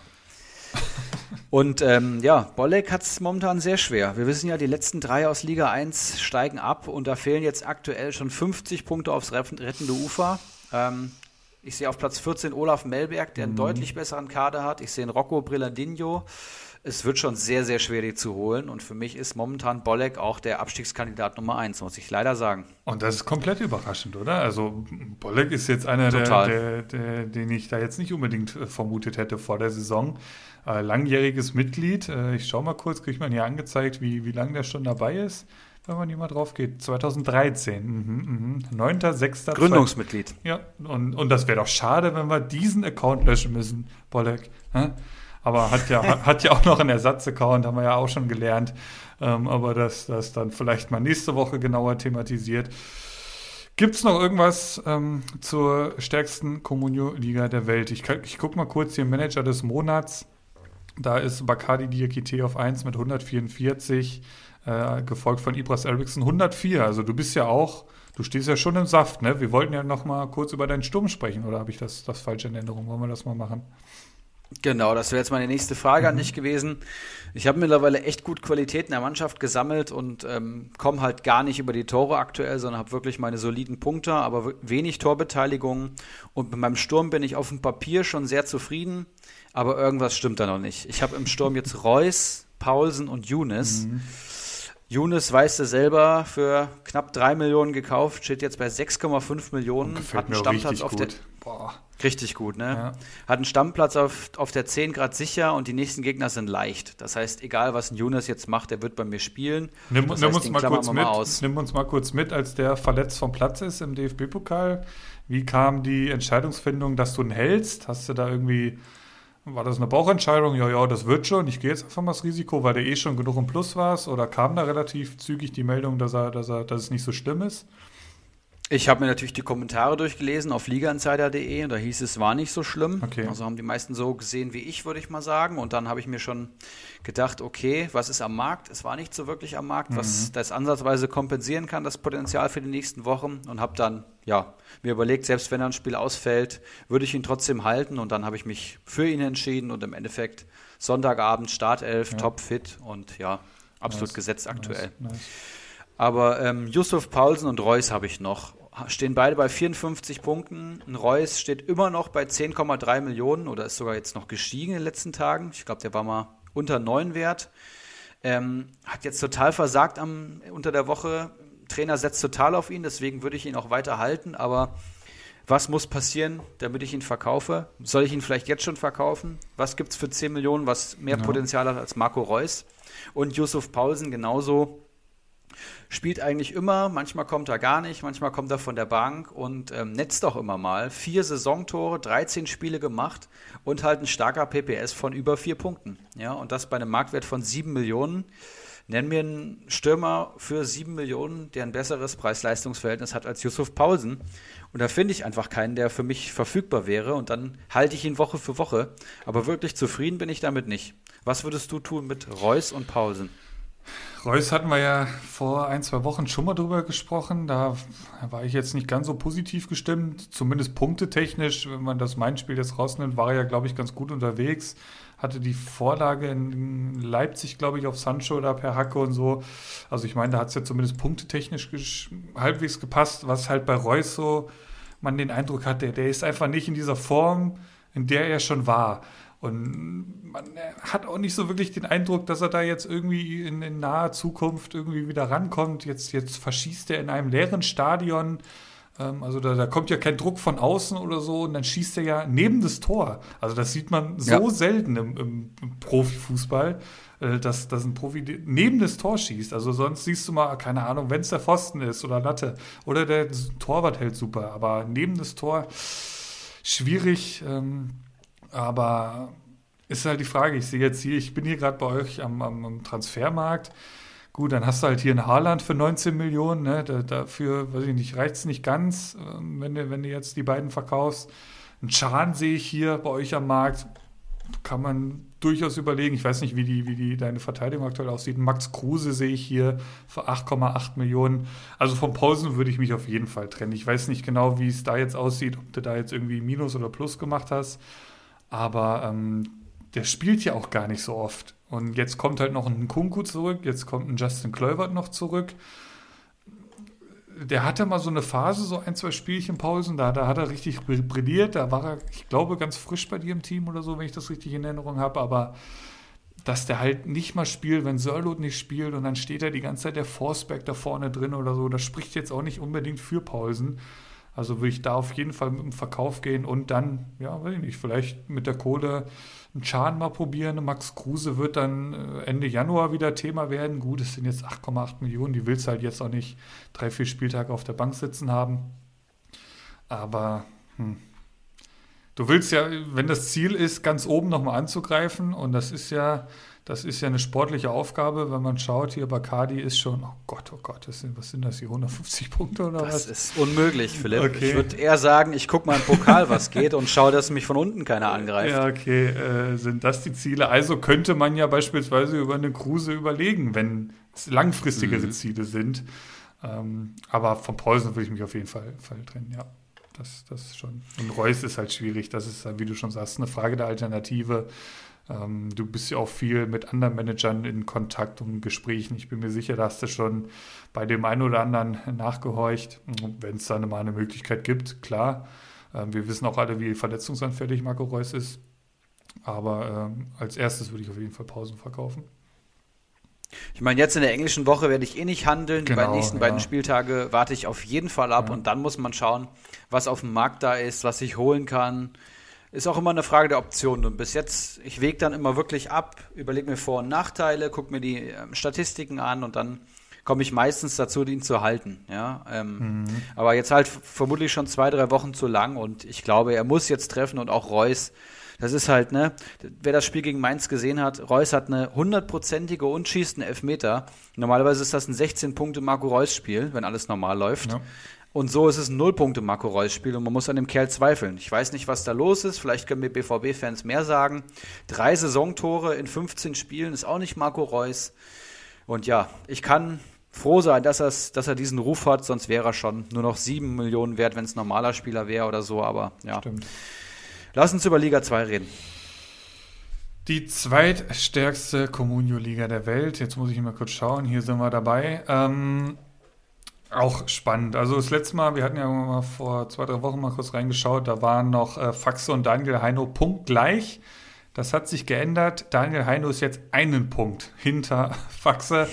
Speaker 4: Und Bolek hat es momentan sehr schwer. Wir wissen ja, die letzten 3 aus Liga 1 steigen ab und da fehlen jetzt aktuell schon 50 Punkte aufs rettende Ufer. Ich sehe auf Platz 14 Olaf Mellberg, der einen deutlich besseren Kader hat. Ich sehe einen Rocco Brillandinho. Es wird schon sehr, sehr schwer, die zu holen. Und für mich ist momentan Bolek auch der Abstiegskandidat Nummer 1, muss ich leider sagen.
Speaker 3: Und das ist komplett überraschend, oder? Also Bolek ist jetzt einer, den ich da jetzt nicht unbedingt vermutet hätte vor der Saison. Langjähriges Mitglied. Ich schaue mal kurz, kriegt man hier angezeigt, wie lange der schon dabei ist, wenn man hier mal drauf geht. 2013. 9.6.
Speaker 4: Gründungsmitglied.
Speaker 3: Ja, und das wäre doch schade, wenn wir diesen Account löschen müssen, Bolek. Aber hat ja auch noch einen Ersatzaccount, haben wir ja auch schon gelernt. Aber das dann vielleicht mal nächste Woche genauer thematisiert. Gibt es noch irgendwas zur stärksten Comunio-Liga der Welt? Ich gucke mal kurz hier, Manager des Monats. Da ist Bacardi Diakité auf 1 mit 144, gefolgt von Ibras Eriksson 104. Also du stehst ja schon im Saft, ne? Wir wollten ja noch mal kurz über deinen Sturm sprechen, oder habe ich das falsch in Erinnerung? Wollen wir das mal machen?
Speaker 4: Genau, das wäre jetzt meine nächste Frage an dich gewesen. Ich habe mittlerweile echt gut Qualität in der Mannschaft gesammelt und komme halt gar nicht über die Tore aktuell, sondern habe wirklich meine soliden Punkte, aber wenig Torbeteiligung. Und mit meinem Sturm bin ich auf dem Papier schon sehr zufrieden, aber irgendwas stimmt da noch nicht. Ich habe im Sturm jetzt Reus, Paulsen und Younes. Younes, weißt du selber, für knapp 3 Millionen gekauft, steht jetzt bei 6,5 Millionen.
Speaker 3: Hat einen Stammplatz auf der...
Speaker 4: Richtig gut, ne? Ja. Hat einen Stammplatz auf der 10 Grad sicher und die nächsten Gegner sind leicht. Das heißt, egal was ein Younes jetzt macht, der wird bei mir spielen.
Speaker 3: Nimm uns mal kurz mit, als der verletzt vom Platz ist im DFB-Pokal. Wie kam die Entscheidungsfindung, dass du ihn hältst? Hast du da irgendwie... War das eine Bauchentscheidung? Ja, das wird schon. Ich gehe jetzt einfach mal das Risiko, weil der schon genug im Plus war. Oder kam da relativ zügig die Meldung, dass es nicht so schlimm ist?
Speaker 4: Ich habe mir natürlich die Kommentare durchgelesen auf ligainsider.de und da hieß es, war nicht so schlimm.
Speaker 3: Okay.
Speaker 4: Also haben die meisten so gesehen wie ich, würde ich mal sagen. Und dann habe ich mir schon gedacht, okay, was ist am Markt? Es war nicht so wirklich am Markt, was das ansatzweise kompensieren kann, das Potenzial für die nächsten Wochen. Und habe dann, mir überlegt, selbst wenn er ein Spiel ausfällt, würde ich ihn trotzdem halten. Und dann habe ich mich für ihn entschieden und im Endeffekt Sonntagabend Startelf, topfit und absolut gesetzt aktuell.
Speaker 3: Nice.
Speaker 4: Aber Yusuf Paulsen und Reus habe ich noch. Stehen beide bei 54 Punkten. Ein Reus steht immer noch bei 10,3 Millionen oder ist sogar jetzt noch gestiegen in den letzten Tagen. Ich glaube, der war mal unter 9 wert. Hat jetzt total versagt unter der Woche. Trainer setzt total auf ihn, deswegen würde ich ihn auch weiter halten. Aber was muss passieren, damit ich ihn verkaufe? Soll ich ihn vielleicht jetzt schon verkaufen? Was gibt es für 10 Millionen, was mehr Potenzial hat als Marco Reus? Und Yusuf Paulsen genauso. Spielt eigentlich immer, manchmal kommt er gar nicht, manchmal kommt er von der Bank und netzt auch immer mal. 4 Saisontore, 13 Spiele gemacht und halt ein starker PPS von über 4 Punkten. Ja, und das bei einem Marktwert von 7 Millionen. Nenn mir einen Stürmer für 7 Millionen, der ein besseres Preis-Leistungs-Verhältnis hat als Yusuf Paulsen. Und da finde ich einfach keinen, der für mich verfügbar wäre und dann halte ich ihn Woche für Woche. Aber wirklich zufrieden bin ich damit nicht. Was würdest du tun mit Reus und Paulsen?
Speaker 3: Reus hatten wir ja vor 1-2 Wochen schon mal drüber gesprochen. Da war ich jetzt nicht ganz so positiv gestimmt, zumindest punktetechnisch. Wenn man das Main-Spiel jetzt rausnimmt, war er ja, glaube ich, ganz gut unterwegs. Hatte die Vorlage in Leipzig, glaube ich, auf Sancho oder per Hacke und so. Also ich meine, da hat es ja zumindest punktetechnisch halbwegs gepasst. Was halt bei Reus so man den Eindruck hat, der ist einfach nicht in dieser Form, in der er schon war. Und man hat auch nicht so wirklich den Eindruck, dass er da jetzt irgendwie in naher Zukunft irgendwie wieder rankommt. Jetzt verschießt er in einem leeren Stadion. Also da kommt ja kein Druck von außen oder so. Und dann schießt er ja neben das Tor. Also das sieht man so selten im Profifußball, dass ein Profi neben das Tor schießt. Also sonst siehst du mal, keine Ahnung, wenn es der Pfosten ist oder Latte. Oder der Torwart hält super. Aber neben das Tor schwierig. Aber ist halt die Frage, ich bin hier gerade bei euch am Transfermarkt. Gut, dann hast du halt hier einen Haaland für 19 Millionen. Ne? Dafür, weiß ich nicht, reicht es nicht ganz, wenn du jetzt die beiden verkaufst. Einen Can sehe ich hier bei euch am Markt. Kann man durchaus überlegen. Ich weiß nicht, wie deine Verteidigung aktuell aussieht. Max Kruse sehe ich hier für 8,8 Millionen. Also von Poulsen würde ich mich auf jeden Fall trennen. Ich weiß nicht genau, wie es da jetzt aussieht, ob du da jetzt irgendwie Minus oder Plus gemacht hast. Aber der spielt ja auch gar nicht so oft. Und jetzt kommt halt noch ein Nkunku zurück, jetzt kommt ein Justin Kluivert noch zurück. Der hatte mal so eine Phase, so 1-2 Spielchen Pausen, da hat er richtig brilliert. Da war er, ich glaube, ganz frisch bei dir im Team oder so, wenn ich das richtig in Erinnerung habe. Aber dass der halt nicht mal spielt, wenn Sörloth nicht spielt und dann steht er die ganze Zeit der Forsberg da vorne drin oder so, das spricht jetzt auch nicht unbedingt für Poulsen. Also würde ich da auf jeden Fall mit dem Verkauf gehen und dann, ja, weiß ich nicht, vielleicht mit der Kohle einen Can mal probieren. Max Kruse wird dann Ende Januar wieder Thema werden. Gut, es sind jetzt 8,8 Millionen, die willst du halt jetzt auch nicht 3-4 Spieltage auf der Bank sitzen haben. Aber du willst ja, wenn das Ziel ist, ganz oben nochmal anzugreifen und das ist ja eine sportliche Aufgabe, wenn man schaut, hier Bacardi ist schon, oh Gott, was sind das hier, 150 Punkte oder was?
Speaker 4: Das ist unmöglich, Philipp.
Speaker 3: Okay.
Speaker 4: Ich würde eher sagen, ich gucke mal im Pokal, was geht und schaue, dass mich von unten keiner angreift.
Speaker 3: Ja, okay, sind das die Ziele? Also könnte man ja beispielsweise über eine Kruse überlegen, wenn es langfristigere Ziele sind. Aber von Poulsen würde ich mich auf jeden Fall trennen, ja. Das schon. Und Reus ist halt schwierig, das ist, wie du schon sagst, eine Frage der Alternative. Du bist ja auch viel mit anderen Managern in Kontakt und Gesprächen. Ich bin mir sicher, da hast du schon bei dem einen oder anderen nachgehorcht. Wenn es da mal eine Möglichkeit gibt, klar. Wir wissen auch alle, wie verletzungsanfällig Marco Reus ist. Aber als erstes würde ich auf jeden Fall Poulsen verkaufen.
Speaker 4: Ich meine, jetzt in der englischen Woche werde ich nicht handeln.
Speaker 3: Genau,
Speaker 4: die nächsten beiden Spieltage warte ich auf jeden Fall ab. Und dann muss man schauen, was auf dem Markt da ist, was ich holen kann. Ist auch immer eine Frage der Optionen. Und bis jetzt, ich wege dann immer wirklich ab, überlege mir Vor- und Nachteile, gucke mir die Statistiken an und dann komme ich meistens dazu, ihn zu halten. Ja? Aber jetzt halt vermutlich schon 2-3 Wochen zu lang und ich glaube, er muss jetzt treffen und auch Reus. Das ist halt, ne, wer das Spiel gegen Mainz gesehen hat, Reus hat eine 100%ige und schießt einen Elfmeter. Normalerweise ist das ein 16-Punkte-Marco-Reus-Spiel, wenn alles normal läuft. Ja. Und so ist es ein 0-Punkte-Marco-Reus-Spiel und man muss an dem Kerl zweifeln. Ich weiß nicht, was da los ist, vielleicht können mir BVB-Fans mehr sagen. 3 Saisontore in 15 Spielen ist auch nicht Marco Reus. Und ja, ich kann froh sein, dass er diesen Ruf hat, sonst wäre er schon nur noch 7 Millionen wert, wenn es ein normaler Spieler wäre oder so, aber ja. Stimmt. Lass uns über Liga 2 reden.
Speaker 3: Die zweitstärkste Comunio-Liga der Welt. Jetzt muss ich mal kurz schauen. Hier sind wir dabei. Auch spannend. Also das letzte Mal, wir hatten ja mal vor 2-3 Wochen mal kurz reingeschaut, da waren noch Faxe und Daniel Heino punktgleich. Das hat sich geändert. Daniel Heino ist jetzt einen Punkt hinter Faxe.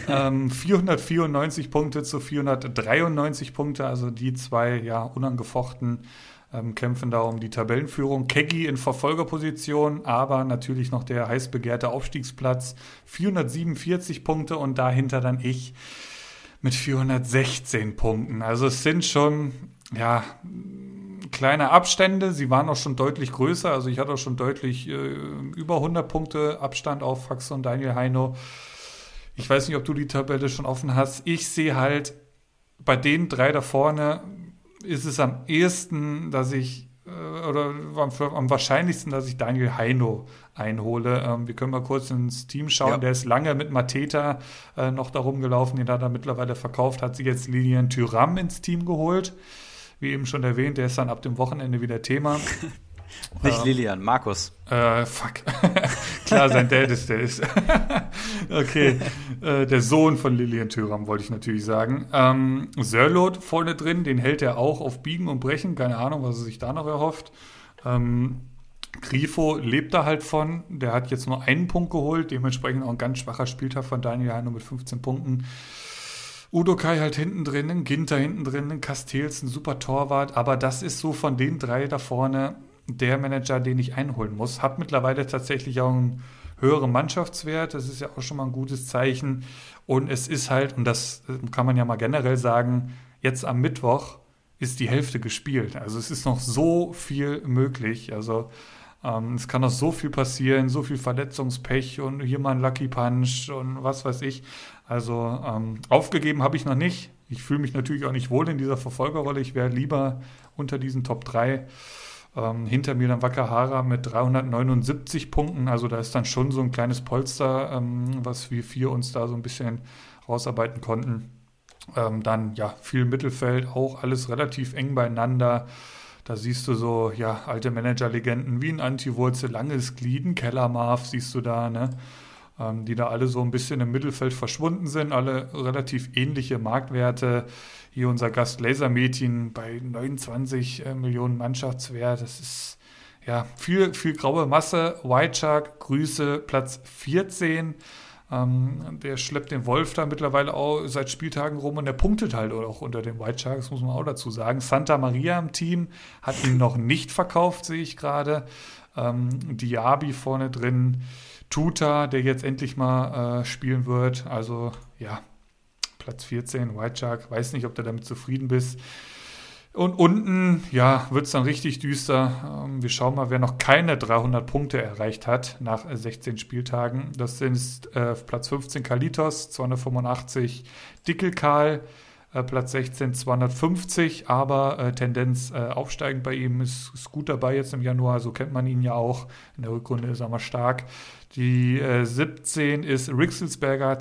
Speaker 3: 494 Punkte zu 493 Punkte. Also die zwei, ja, unangefochten kämpfen da um die Tabellenführung. Keggy in Verfolgerposition, aber natürlich noch der heiß begehrte Aufstiegsplatz. 447 Punkte und dahinter dann ich mit 416 Punkten. Also es sind schon, ja, kleine Abstände. Sie waren auch schon deutlich größer. Also ich hatte auch schon deutlich über 100 Punkte Abstand auf Faxe und Daniel Heino. Ich weiß nicht, ob du die Tabelle schon offen hast. Ich sehe halt, bei den 3 da vorne ist es am ehesten, dass ich oder am wahrscheinlichsten, dass ich Daniel Heino einhole. Wir können mal kurz ins Team schauen. Ja. Der ist lange mit Mateta noch da rumgelaufen. Den hat er mittlerweile verkauft. Hat sich jetzt Lilian Thuram ins Team geholt. Wie eben schon erwähnt, der ist dann ab dem Wochenende wieder Thema.
Speaker 4: Nicht Lilian, Markus.
Speaker 3: Fuck. Klar, sein Dad ist der ist. Okay, der Sohn von Lilian Thuram, wollte ich natürlich sagen. Sörloth vorne drin, den hält er auch auf Biegen und Brechen. Keine Ahnung, was er sich da noch erhofft. Grifo lebt da halt von. Der hat jetzt nur einen Punkt geholt. Dementsprechend auch ein ganz schwacher Spieltag von Daniel Heino mit 15 Punkten. Udokai halt hinten drin, Ginter hinten drin, Castells, ein super Torwart. Aber das ist so von den drei da vorne der Manager, den ich einholen muss. Hat mittlerweile tatsächlich auch einen höheren Mannschaftswert. Das ist ja auch schon mal ein gutes Zeichen. Und es ist halt, und das kann man ja mal generell sagen, jetzt am Mittwoch ist die Hälfte gespielt. Also es ist noch so viel möglich. Also es kann noch so viel passieren, so viel Verletzungspech und hier mal ein Lucky Punch und was weiß ich. Also aufgegeben habe ich noch nicht. Ich fühle mich natürlich auch nicht wohl in dieser Verfolgerrolle. Ich wäre lieber unter diesen Top 3. Hinter mir dann Wakahara mit 379 Punkten. Also da ist dann schon so ein kleines Polster, was wir 4 uns da so ein bisschen rausarbeiten konnten. Dann ja, viel Mittelfeld, auch alles relativ eng beieinander. Da siehst du so, ja, alte Manager-Legenden wie ein Anti-Wurzel, langes Glied, ein Kellermarv siehst du da, ne? Die da alle so ein bisschen im Mittelfeld verschwunden sind, alle relativ ähnliche Marktwerte. Hier unser Gast Lasermädchen bei 29 Millionen Mannschaftswert. Das ist ja viel graue Masse. White Shark, Grüße, Platz 14. Der schleppt den Wolf da mittlerweile auch seit Spieltagen rum und der punktet halt auch unter den White Shark, das muss man auch dazu sagen. Santa Maria im Team hat ihn noch nicht verkauft, sehe ich gerade. Diaby vorne drin. Tuta, der jetzt endlich mal spielen wird. Also ja, Platz 14, White Shark. Weiß nicht, ob du damit zufrieden bist. Und unten, ja, wird es dann richtig düster. Wir schauen mal, wer noch keine 300 Punkte erreicht hat nach 16 Spieltagen. Das sind Platz 15 Kalitos, 285. Dickelkarl, Platz 16, 250. Aber Tendenz aufsteigend bei ihm. Ist gut dabei jetzt im Januar, so kennt man ihn ja auch. In der Rückrunde ist er mal stark. Die 17 ist Rixelsberger,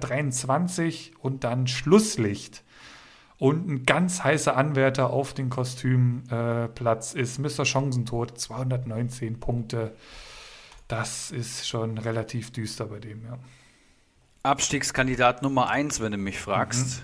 Speaker 3: 223 und dann Schlusslicht. Und ein ganz heißer Anwärter auf den Kostümplatz ist Mr. Chancentod, 219 Punkte. Das ist schon relativ düster bei dem, ja.
Speaker 4: Abstiegskandidat Nummer 1, wenn du mich fragst.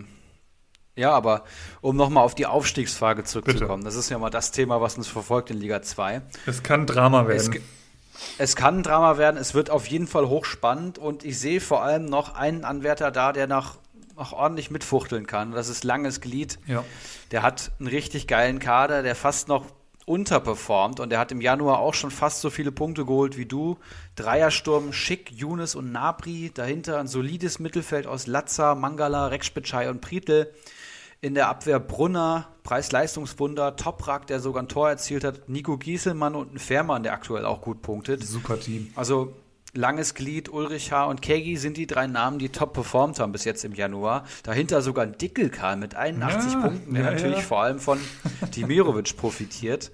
Speaker 4: Ja, aber um nochmal auf die Aufstiegsfrage zurückzukommen, das ist ja mal das Thema, was uns verfolgt in Liga 2.
Speaker 3: Es kann Drama werden.
Speaker 4: Es kann ein Drama werden, es wird auf jeden Fall hochspannend und ich sehe vor allem noch einen Anwärter da, der noch ordentlich mitfuchteln kann. Das ist Langes Glied. Ja. Der hat einen richtig geilen Kader, der fast noch unterperformt und der hat im Januar auch schon fast so viele Punkte geholt wie du. Dreiersturm, Schick, Younes und Nabri. Dahinter ein solides Mittelfeld aus Latza, Mangala, Rekspitschei und Prietl. In der Abwehr Brunner, Preis-Leistungswunder, Toprak, der sogar ein Tor erzielt hat, Nico Gieselmann und ein Fährmann, der aktuell auch gut punktet.
Speaker 3: Super Team.
Speaker 4: Also Langes Glied, Ulrich H. und Kegi sind die 3 Namen, die top performt haben bis jetzt im Januar. Dahinter sogar ein Dickelkarl mit 81 Punkten, der natürlich vor allem von Dimirovic profitiert.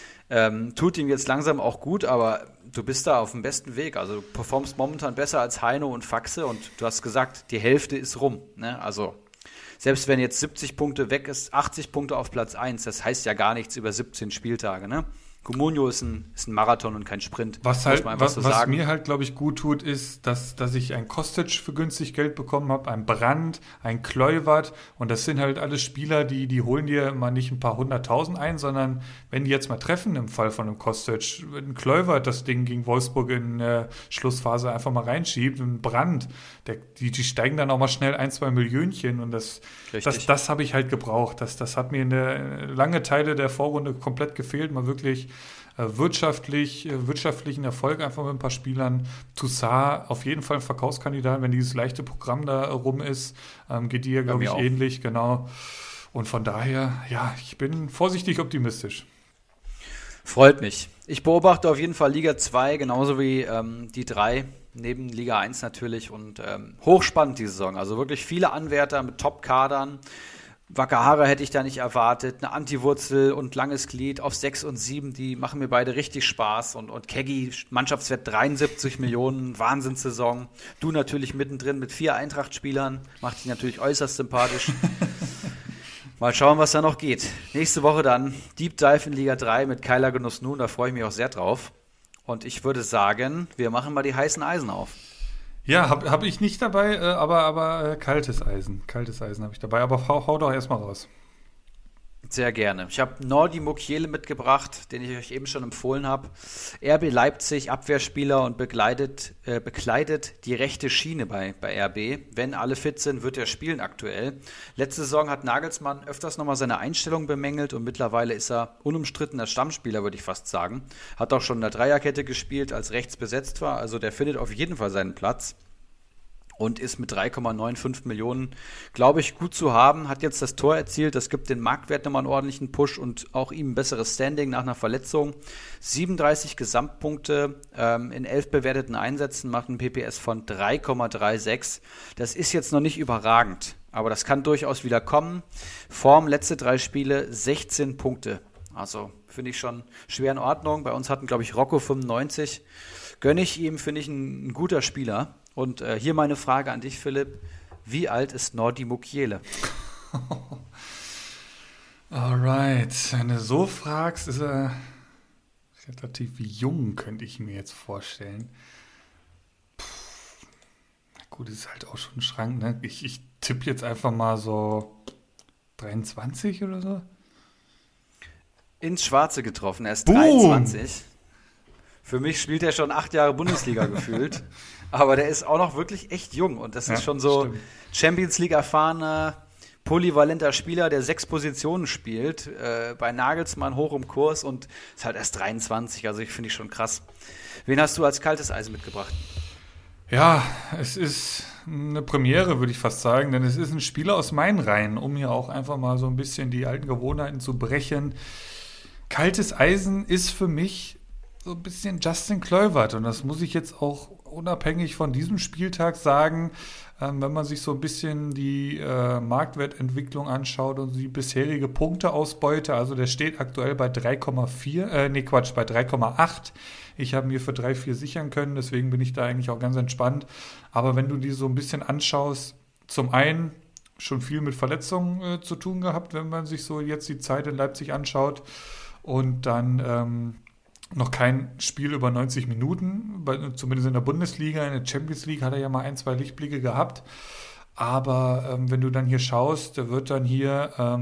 Speaker 4: Tut ihm jetzt langsam auch gut, aber du bist da auf dem besten Weg. Also du performst momentan besser als Heino und Faxe und du hast gesagt, die Hälfte ist rum. Ne? Also selbst wenn jetzt 70 Punkte weg ist, 80 Punkte auf Platz 1, das heißt ja gar nichts über 17 Spieltage, ne? Comunio ist ein Marathon und kein Sprint.
Speaker 3: Was mir halt, glaube ich, gut tut, ist, dass ich ein Kostic für günstig Geld bekommen habe, ein Brandt, ein Kluivert und das sind halt alles Spieler, die holen dir mal nicht ein paar 100.000 ein, sondern wenn die jetzt mal treffen im Fall von einem Kostic, ein Kluivert das Ding gegen Wolfsburg in der Schlussphase einfach mal reinschiebt, ein Brandt, die steigen dann auch mal schnell 1-2 Millionchen und das habe ich halt gebraucht. Das hat mir lange Teile der Vorrunde komplett gefehlt, mal wirklich wirtschaftlichen Erfolg einfach mit ein paar Spielern. Toussaint auf jeden Fall ein Verkaufskandidat, wenn dieses leichte Programm da rum ist. Geht dir, glaube ich, ähnlich, genau. Und von daher, ja, ich bin vorsichtig optimistisch.
Speaker 4: Freut mich. Ich beobachte auf jeden Fall Liga 2, genauso wie die 3, neben Liga 1 natürlich und hochspannend die Saison. Also wirklich viele Anwärter mit Top-Kadern. Wakahara hätte ich da nicht erwartet. Eine Antiwurzel und langes Glied auf 6 und 7, die machen mir beide richtig Spaß. Und Keggy, Mannschaftswert 73 Millionen, Wahnsinnssaison. Du natürlich mittendrin mit 4 Eintracht-Spielern, macht dich natürlich äußerst sympathisch. Mal schauen, was da noch geht. Nächste Woche dann Deep Dive in Liga 3 mit Keiler Genuss Nun, da freue ich mich auch sehr drauf. Und ich würde sagen, wir machen mal die heißen Eisen auf.
Speaker 3: Ja, hab ich nicht dabei, aber kaltes Eisen. Kaltes Eisen habe ich dabei, aber hau doch erstmal raus.
Speaker 2: Sehr gerne. Ich habe Nordi Mukiele mitgebracht, den ich euch eben schon empfohlen habe. RB Leipzig, Abwehrspieler und bekleidet die rechte Schiene bei RB. Wenn alle fit sind, wird er spielen aktuell. Letzte Saison hat Nagelsmann öfters nochmal seine Einstellung bemängelt und mittlerweile ist er unumstrittener Stammspieler, würde ich fast sagen. Hat auch schon in der Dreierkette gespielt, als rechts besetzt war. Also der findet auf jeden Fall seinen Platz. Und ist mit 3,95 Millionen, glaube ich, gut zu haben. Hat jetzt das Tor erzielt. Das gibt den Marktwert nochmal einen ordentlichen Push und auch ihm ein besseres Standing nach einer Verletzung. 37 Gesamtpunkte in 11 bewerteten Einsätzen, macht ein PPS von 3,36. Das ist jetzt noch nicht überragend, aber das kann durchaus wieder kommen. Form, letzte 3 Spiele, 16 Punkte. Also finde ich schon schwer in Ordnung. Bei uns hatten, glaube ich, Rocco 95. Gönne ich ihm, finde ich ein guter Spieler. Und hier meine Frage an dich, Philipp. Wie alt ist Nordi Mukiele?
Speaker 3: Alright, wenn du so fragst, ist er relativ jung, könnte ich mir jetzt vorstellen. Gut, ist halt auch schon ein Schrank, ne? Ich tippe jetzt einfach mal so 23 oder so.
Speaker 2: Ins Schwarze getroffen, er ist
Speaker 3: Boom.
Speaker 2: 23. Für mich spielt er schon 8 Jahre Bundesliga gefühlt. Aber der ist auch noch wirklich echt jung. Und das ist schon so
Speaker 3: stimmt.
Speaker 2: Champions League erfahrener, polyvalenter Spieler, der 6 Positionen spielt. Bei Nagelsmann hoch im Kurs und ist halt erst 23. Also ich finde ich schon krass. Wen hast du als kaltes Eisen mitgebracht?
Speaker 3: Ja, es ist eine Premiere, würde ich fast sagen, denn es ist ein Spieler aus meinen Reihen, um hier auch einfach mal so ein bisschen die alten Gewohnheiten zu brechen. Kaltes Eisen ist für mich so ein bisschen Justin Kluivert und das muss ich jetzt auch unabhängig von diesem Spieltag sagen, wenn man sich so ein bisschen die Marktwertentwicklung anschaut und die bisherige Punkteausbeute, also der steht aktuell bei 3,8. Ich habe mir für 3,4 sichern können, deswegen bin ich da eigentlich auch ganz entspannt. Aber wenn du die so ein bisschen anschaust, zum einen schon viel mit Verletzungen zu tun gehabt, wenn man sich so jetzt die Zeit in Leipzig anschaut und dann noch kein Spiel über 90 Minuten, zumindest in der Bundesliga. In der Champions League hat er ja mal 1-2 Lichtblicke gehabt. Aber wenn du dann hier schaust, der wird dann hier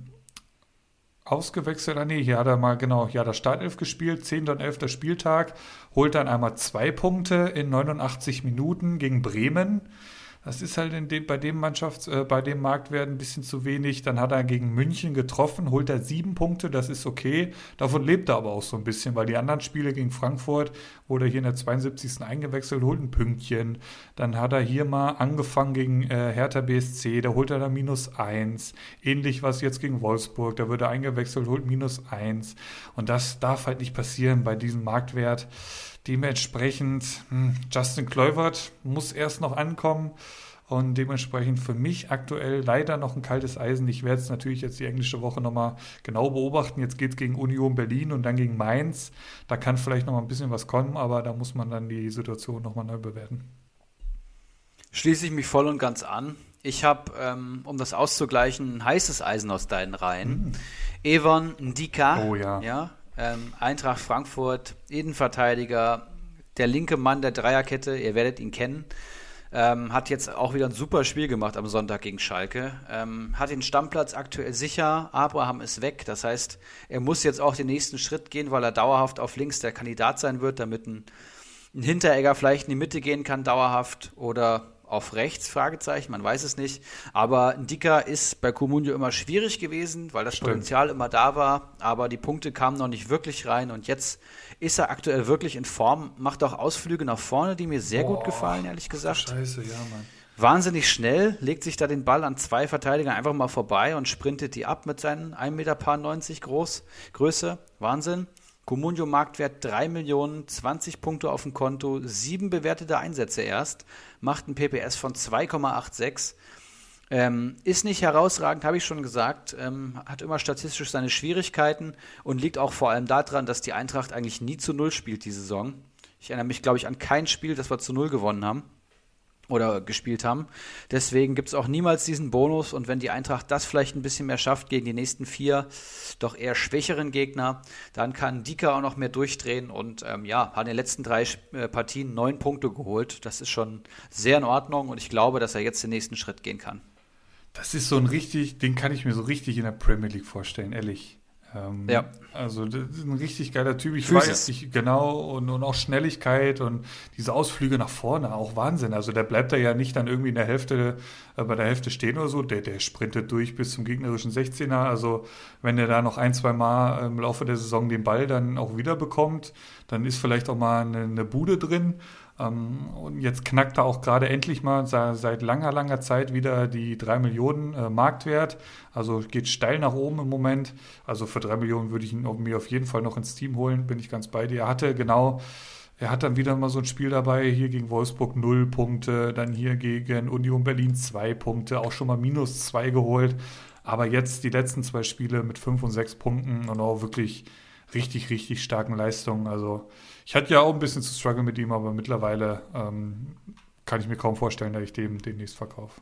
Speaker 3: ausgewechselt. Hier hat er mal, das Startelf gespielt, 10. und 11. Spieltag, holt dann einmal 2 Punkte in 89 Minuten gegen Bremen. Das ist halt bei dem Marktwert ein bisschen zu wenig. Dann hat er gegen München getroffen, holt er 7 Punkte, das ist okay. Davon lebt er aber auch so ein bisschen, weil die anderen Spiele gegen Frankfurt wurde er hier in der 72. eingewechselt, holt ein Pünktchen. Dann hat er hier mal angefangen gegen Hertha BSC, da holt er dann -1. Ähnlich was jetzt gegen Wolfsburg, da wird er eingewechselt, holt -1. Und das darf halt nicht passieren bei diesem Marktwert. Dementsprechend, Justin Kluivert muss erst noch ankommen und dementsprechend für mich aktuell leider noch ein kaltes Eisen. Ich werde es natürlich jetzt die englische Woche nochmal genau beobachten. Jetzt geht es gegen Union Berlin und dann gegen Mainz. Da kann vielleicht noch mal ein bisschen was kommen, aber da muss man dann die Situation nochmal neu bewerten.
Speaker 2: Schließe ich mich voll und ganz an. Ich habe, um das auszugleichen, ein heißes Eisen aus deinen Reihen. Evan Ndika.
Speaker 3: Oh ja.
Speaker 2: Eintracht Frankfurt, Innenverteidiger, der linke Mann der Dreierkette, ihr werdet ihn kennen, hat jetzt auch wieder ein super Spiel gemacht am Sonntag gegen Schalke, hat den Stammplatz aktuell sicher, Abraham ist weg, das heißt, er muss jetzt auch den nächsten Schritt gehen, weil er dauerhaft auf links der Kandidat sein wird, damit ein Hinteregger vielleicht in die Mitte gehen kann, dauerhaft, oder auf rechts, Fragezeichen, man weiß es nicht. Aber Ndika ist bei Comunio immer schwierig gewesen, weil das Potenzial immer da war, aber die Punkte kamen noch nicht wirklich rein und jetzt ist er aktuell wirklich in Form, macht auch Ausflüge nach vorne, die mir sehr gut gefallen, ehrlich gesagt.
Speaker 3: Scheiße, ja, Mann.
Speaker 2: Wahnsinnig schnell, legt sich da den Ball an 2 Verteidigern einfach mal vorbei und sprintet die ab mit seinen 1,90 Meter Größe. Wahnsinn. Comunio Marktwert 3 Millionen, 20 Punkte auf dem Konto, 7 bewertete Einsätze erst, macht ein PPS von 2,86. Ist nicht herausragend, habe ich schon gesagt, hat immer statistisch seine Schwierigkeiten und liegt auch vor allem daran, dass die Eintracht eigentlich nie zu Null spielt diese Saison. Ich erinnere mich, glaube ich, an kein Spiel, das wir zu Null gewonnen haben oder gespielt haben. Deswegen gibt es auch niemals diesen Bonus und wenn die Eintracht das vielleicht ein bisschen mehr schafft gegen die nächsten 4 doch eher schwächeren Gegner, dann kann Dika auch noch mehr durchdrehen und hat in den letzten 3 Partien 9 Punkte geholt. Das ist schon sehr in Ordnung und ich glaube, dass er jetzt den nächsten Schritt gehen kann.
Speaker 3: Das ist so ein den kann ich mir so richtig in der Premier League vorstellen, ehrlich.
Speaker 2: Ja.
Speaker 3: Also das ist ein richtig geiler Typ. Genau, und auch Schnelligkeit und diese Ausflüge nach vorne, auch Wahnsinn. Also der bleibt da ja nicht dann irgendwie in der Hälfte, bei der Hälfte stehen oder so. Der sprintet durch bis zum gegnerischen 16er. Also wenn er da noch 1-2 Mal im Laufe der Saison den Ball dann auch wieder bekommt, dann ist vielleicht auch mal eine Bude drin. Und jetzt knackt er auch gerade endlich mal seit langer Zeit wieder die 3 Millionen Marktwert. Also geht steil nach oben im Moment. Also für 3 Millionen würde ich ihn mir auf jeden Fall noch ins Team holen, bin ich ganz bei dir. Er hat dann wieder mal so ein Spiel dabei, hier gegen Wolfsburg 0 Punkte, dann hier gegen Union Berlin 2 Punkte, auch schon mal -2 geholt. Aber jetzt die letzten 2 Spiele mit 5 und 6 Punkten und auch wirklich richtig, richtig starken Leistungen. Also ich hatte ja auch ein bisschen zu strugglen mit ihm, aber mittlerweile kann ich mir kaum vorstellen, dass ich dem demnächst verkaufe.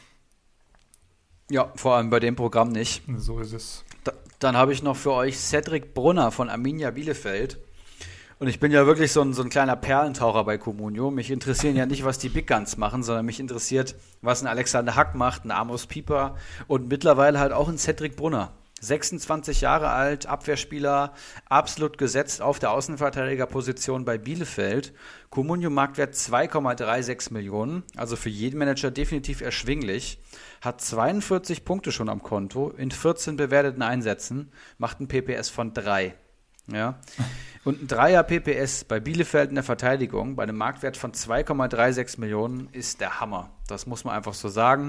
Speaker 2: Ja, vor allem bei dem Programm nicht.
Speaker 3: So ist es.
Speaker 2: Dann habe ich noch für euch Cedric Brunner von Arminia Bielefeld. Und ich bin ja wirklich so ein kleiner Perlentaucher bei Comunio. Mich interessieren ja nicht, was die Big Guns machen, sondern mich interessiert, was ein Alexander Hack macht, ein Amos Pieper und mittlerweile halt auch ein Cedric Brunner. 26 Jahre alt, Abwehrspieler, absolut gesetzt auf der Außenverteidigerposition bei Bielefeld. Comunio-Marktwert 2,36 Millionen, also für jeden Manager definitiv erschwinglich. Hat 42 Punkte schon am Konto in 14 bewerteten Einsätzen, macht ein PPS von 3. Ja. Und ein 3er PPS bei Bielefeld in der Verteidigung bei einem Marktwert von 2,36 Millionen ist der Hammer. Das muss man einfach so sagen.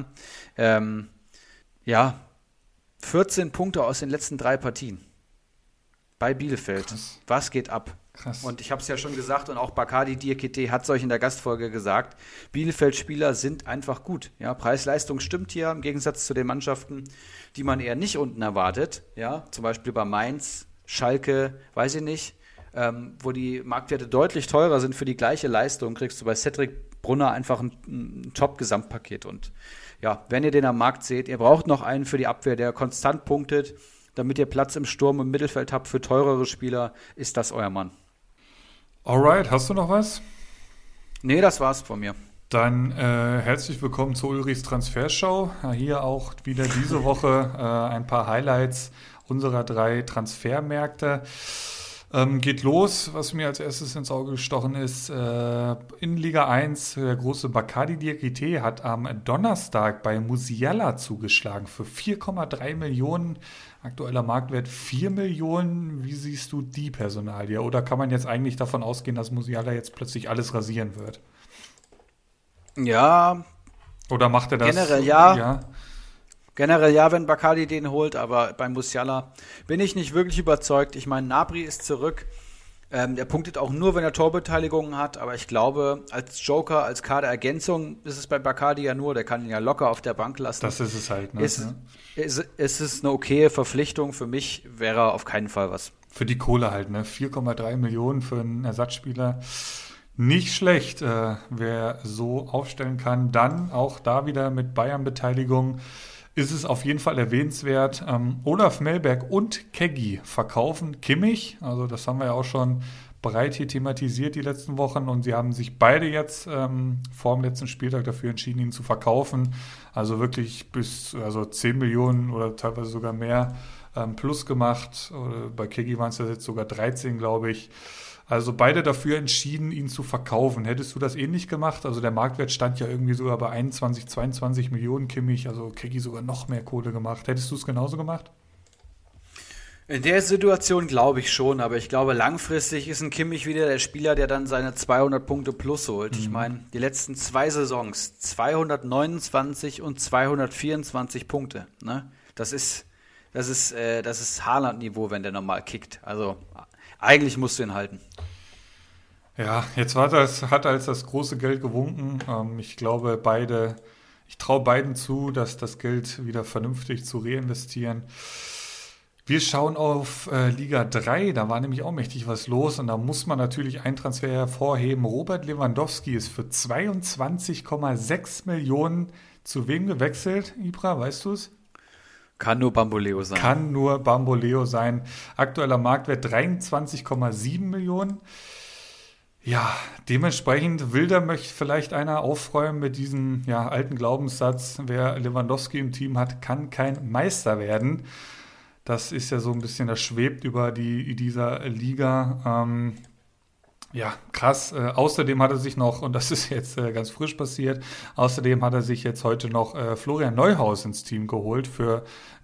Speaker 2: 14 Punkte aus den letzten 3 Partien bei Bielefeld.
Speaker 3: Krass.
Speaker 2: Was geht ab?
Speaker 3: Krass.
Speaker 2: Und ich habe es ja schon gesagt und auch Bacardi Diakité hat es euch in der Gastfolge gesagt, Bielefeld-Spieler sind einfach gut. Ja, Preis-Leistung stimmt hier im Gegensatz zu den Mannschaften, die man eher nicht unten erwartet. Ja, zum Beispiel bei Mainz, Schalke, weiß ich nicht, wo die Marktwerte deutlich teurer sind für die gleiche Leistung, kriegst du bei Cedric Brunner einfach ein Top-Gesamtpaket. Und ja, wenn ihr den am Markt seht, ihr braucht noch einen für die Abwehr, der konstant punktet, damit ihr Platz im Sturm und Mittelfeld habt für teurere Spieler, ist das euer Mann.
Speaker 3: Alright, hast du noch was?
Speaker 2: Nee, das war's von mir.
Speaker 3: Dann herzlich willkommen zur Ulrichs Transfershow. Hier auch wieder diese Woche ein paar Highlights unserer 3 Transfermärkte. Geht los, was mir als erstes ins Auge gestochen ist. In Liga 1, der große Bacardi Diakité hat am Donnerstag bei Musiala zugeschlagen für 4,3 Millionen. Aktueller Marktwert 4 Millionen. Wie siehst du die Personalie? Oder kann man jetzt eigentlich davon ausgehen, dass Musiala jetzt plötzlich alles rasieren wird?
Speaker 2: Ja.
Speaker 3: Oder macht er das?
Speaker 2: Generell ja, wenn Bacardi den holt, aber bei Musiala bin ich nicht wirklich überzeugt. Ich meine, Gnabry ist zurück. Der punktet auch nur, wenn er Torbeteiligungen hat, aber ich glaube, als Joker, als Kaderergänzung ist es bei Bacardi ja nur, der kann ihn ja locker auf der Bank lassen.
Speaker 3: Das ist es halt, ne?
Speaker 2: Es ist eine okaye Verpflichtung. Für mich wäre er auf keinen Fall was.
Speaker 3: Für die Kohle halt, ne? 4,3 Millionen für einen Ersatzspieler. Nicht schlecht, wer so aufstellen kann. Dann auch da wieder mit Bayern-Beteiligung ist es auf jeden Fall erwähnenswert. Olaf Mellberg und Keggy verkaufen Kimmich. Also das haben wir ja auch schon breit hier thematisiert die letzten Wochen. Und sie haben sich beide jetzt vor dem letzten Spieltag dafür entschieden, ihn zu verkaufen. Also wirklich bis 10 Millionen oder teilweise sogar mehr plus gemacht. Oder bei Keggy waren es ja jetzt sogar 13, glaube ich. Also beide dafür entschieden, ihn zu verkaufen. Hättest du das ähnlich gemacht? Also der Marktwert stand ja irgendwie sogar bei 21, 22 Millionen Kimmich, also Keggy sogar noch mehr Kohle gemacht. Hättest du es genauso gemacht?
Speaker 2: In der Situation glaube ich schon, aber ich glaube langfristig ist ein Kimmich wieder der Spieler, der dann seine 200 Punkte plus holt. Ich meine, die letzten 2 Saisons, 229 und 224 Punkte. Ne? Das ist Haaland-Niveau, wenn der normal kickt. Also eigentlich musst du ihn halten.
Speaker 3: Ja, jetzt hat er als das große Geld gewunken. Ich glaube, beide Ich traue beiden zu, dass das Geld wieder vernünftig zu reinvestieren. Wir schauen auf Liga 3, da war nämlich auch mächtig was los und da muss man natürlich einen Transfer hervorheben. Robert Lewandowski ist für 22,6 Millionen zu wem gewechselt? Ibra, weißt du es?
Speaker 2: Kann nur Bamboleo sein.
Speaker 3: Kann nur Bamboleo sein. Aktueller Marktwert 23,7 Millionen. Ja, dementsprechend wilder möchte vielleicht einer aufräumen mit diesem alten Glaubenssatz, wer Lewandowski im Team hat, kann kein Meister werden. Das ist ja so ein bisschen, das schwebt über dieser Liga. Krass. Außerdem hat er sich noch, und das ist jetzt ganz frisch passiert, außerdem hat er sich jetzt heute noch Florian Neuhaus ins Team geholt für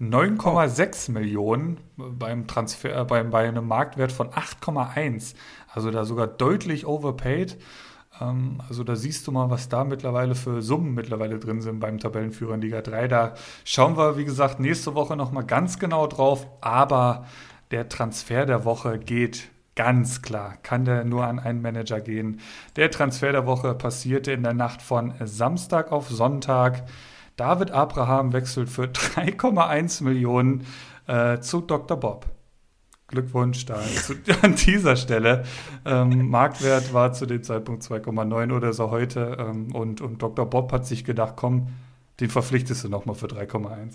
Speaker 3: 9,6 Millionen beim Transfer, bei einem Marktwert von 8,1. Also da sogar deutlich overpaid. Also da siehst du mal, was da mittlerweile für Summen drin sind beim Tabellenführer in Liga 3. Da schauen wir, wie gesagt, nächste Woche nochmal ganz genau drauf. Aber der Transfer der Woche geht ganz klar, kann der nur an einen Manager gehen. Der Transfer der Woche passierte in der Nacht von Samstag auf Sonntag. David Abraham wechselt für 3,1 Millionen zu Dr. Bob. Glückwunsch da an dieser Stelle. Marktwert war zu dem Zeitpunkt 2,9 oder so heute. Und Dr. Bob hat sich gedacht, komm, den verpflichtest du nochmal für 3,1.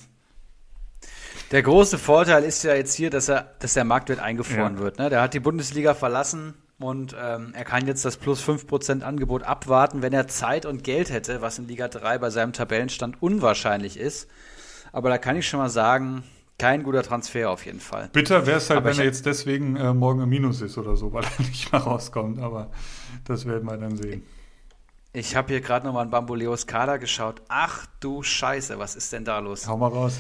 Speaker 2: Der große Vorteil ist ja jetzt hier, dass der Marktwert eingefroren wird. Ne? Der hat die Bundesliga verlassen und er kann jetzt das plus 5% Angebot abwarten, wenn er Zeit und Geld hätte, was in Liga 3 bei seinem Tabellenstand unwahrscheinlich ist. Aber da kann ich schon mal sagen, kein guter Transfer auf jeden Fall.
Speaker 3: Bitter wäre es halt, wenn er jetzt deswegen morgen im Minus ist oder so, weil er nicht mehr rauskommt. Aber das werden wir dann sehen.
Speaker 2: Ich habe hier gerade nochmal in Bamboleos Kader geschaut. Ach du Scheiße, was ist denn da los?
Speaker 3: Hau mal raus.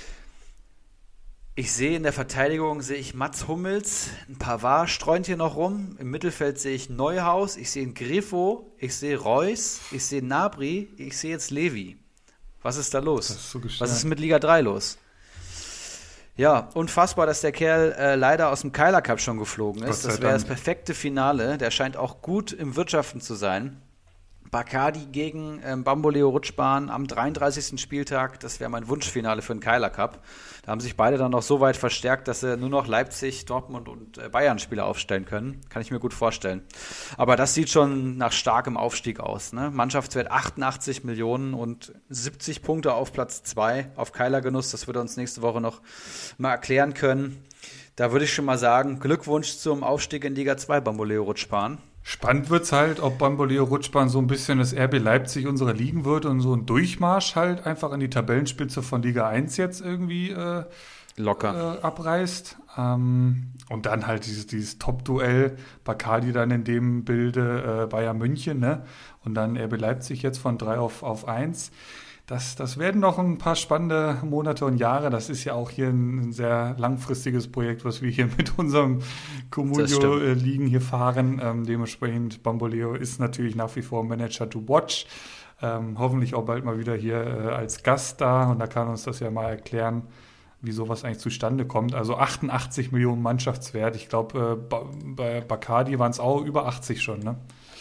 Speaker 2: Ich sehe in der Verteidigung Mats Hummels, ein Pavard streunt hier noch rum. Im Mittelfeld sehe ich Neuhaus, ich sehe einen Griffo, ich sehe Reus, ich sehe Gnabry, ich sehe jetzt Levi. Was ist da los?
Speaker 3: Das ist so
Speaker 2: was ist mit Liga 3 los? Ja, unfassbar, dass der Kerl leider aus dem Keiler Cup schon geflogen ist. Das wäre das perfekte Finale. Der scheint auch gut im Wirtschaften zu sein. Bacardi gegen Bamboleo Rutschbahn am 33. Spieltag, das wäre mein Wunschfinale für den Keiler Cup. Da haben sich beide dann noch so weit verstärkt, dass sie nur noch Leipzig, Dortmund und Bayern-Spieler aufstellen können. Kann ich mir gut vorstellen. Aber das sieht schon nach starkem Aufstieg aus. Ne? Mannschaftswert 88 Millionen und 70 Punkte auf Platz 2 auf Keiler Genuss. Das wird er uns nächste Woche noch mal erklären können. Da würde ich schon mal sagen, Glückwunsch zum Aufstieg in Liga 2, Bamboleo Rutschbahn.
Speaker 3: Spannend wird es halt, ob Bamboleo Rutschbahn so ein bisschen das RB Leipzig unserer Ligen wird und so ein Durchmarsch halt einfach in die Tabellenspitze von Liga 1 jetzt irgendwie
Speaker 2: locker
Speaker 3: abreißt. Und dann halt dieses Top-Duell, Bacardi dann in dem Bilde Bayern München, ne? Und dann RB Leipzig jetzt von 3 auf 1. Das werden noch ein paar spannende Monate und Jahre. Das ist ja auch hier ein sehr langfristiges Projekt, was wir hier mit unserem Comunio-Ligen hier fahren. Dementsprechend Bamboleo ist natürlich nach wie vor Manager to watch. Hoffentlich auch bald mal wieder hier als Gast da. Und da kann uns das ja mal erklären, wie sowas eigentlich zustande kommt. Also 88 Millionen Mannschaftswert. Ich glaube, bei Bacardi waren es auch über 80 schon, ne?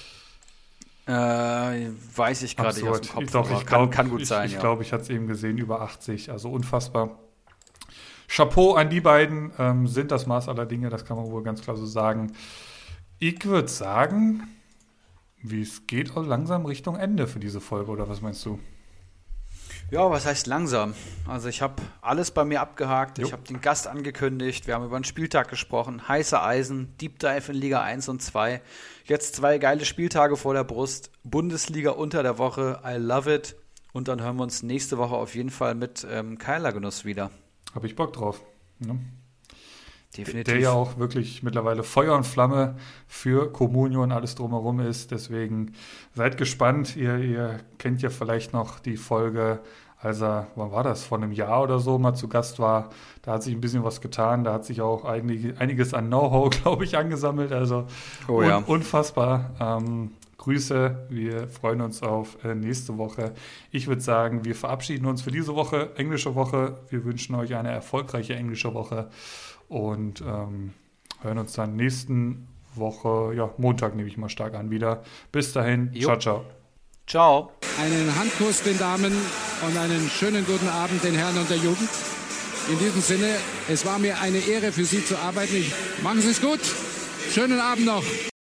Speaker 2: Weiß ich gerade nicht aus dem Kopf.
Speaker 3: Doch, kann gut sein. Ich glaube, ich hatte es eben gesehen, über 80. Also unfassbar. Chapeau an die beiden, sind das Maß aller Dinge, das kann man wohl ganz klar so sagen. Ich würde sagen, wie es geht, auch langsam Richtung Ende für diese Folge, oder was meinst du?
Speaker 2: Ja, was heißt langsam? Also ich habe alles bei mir abgehakt,
Speaker 3: Jo.
Speaker 2: Ich habe den Gast angekündigt, wir haben über den Spieltag gesprochen, heiße Eisen, Deep Dive in Liga 1 und 2, jetzt 2 geile Spieltage vor der Brust, Bundesliga unter der Woche, I love it, und dann hören wir uns nächste Woche auf jeden Fall mit Keiler Genuss wieder.
Speaker 3: Habe ich Bock drauf. Ne?
Speaker 2: Definitiv.
Speaker 3: Der ja auch wirklich mittlerweile Feuer und Flamme für Comunio und alles drumherum ist. Deswegen seid gespannt. Ihr kennt ja vielleicht noch die Folge, als er, wann war das, vor einem Jahr oder so mal zu Gast war. Da hat sich ein bisschen was getan. Da hat sich auch einiges an Know-how, glaube ich, angesammelt. Also unfassbar. Grüße, wir freuen uns auf nächste Woche. Ich würde sagen, wir verabschieden uns für diese Woche, englische Woche. Wir wünschen euch eine erfolgreiche englische Woche und hören uns dann nächsten Woche, Montag nehme ich mal stark an wieder. Bis dahin, ciao, ciao.
Speaker 2: Ciao.
Speaker 5: Einen Handkuss den Damen und einen schönen guten Abend den Herren und der Jugend. In diesem Sinne, es war mir eine Ehre, für Sie zu arbeiten. Machen Sie es gut. Schönen Abend noch.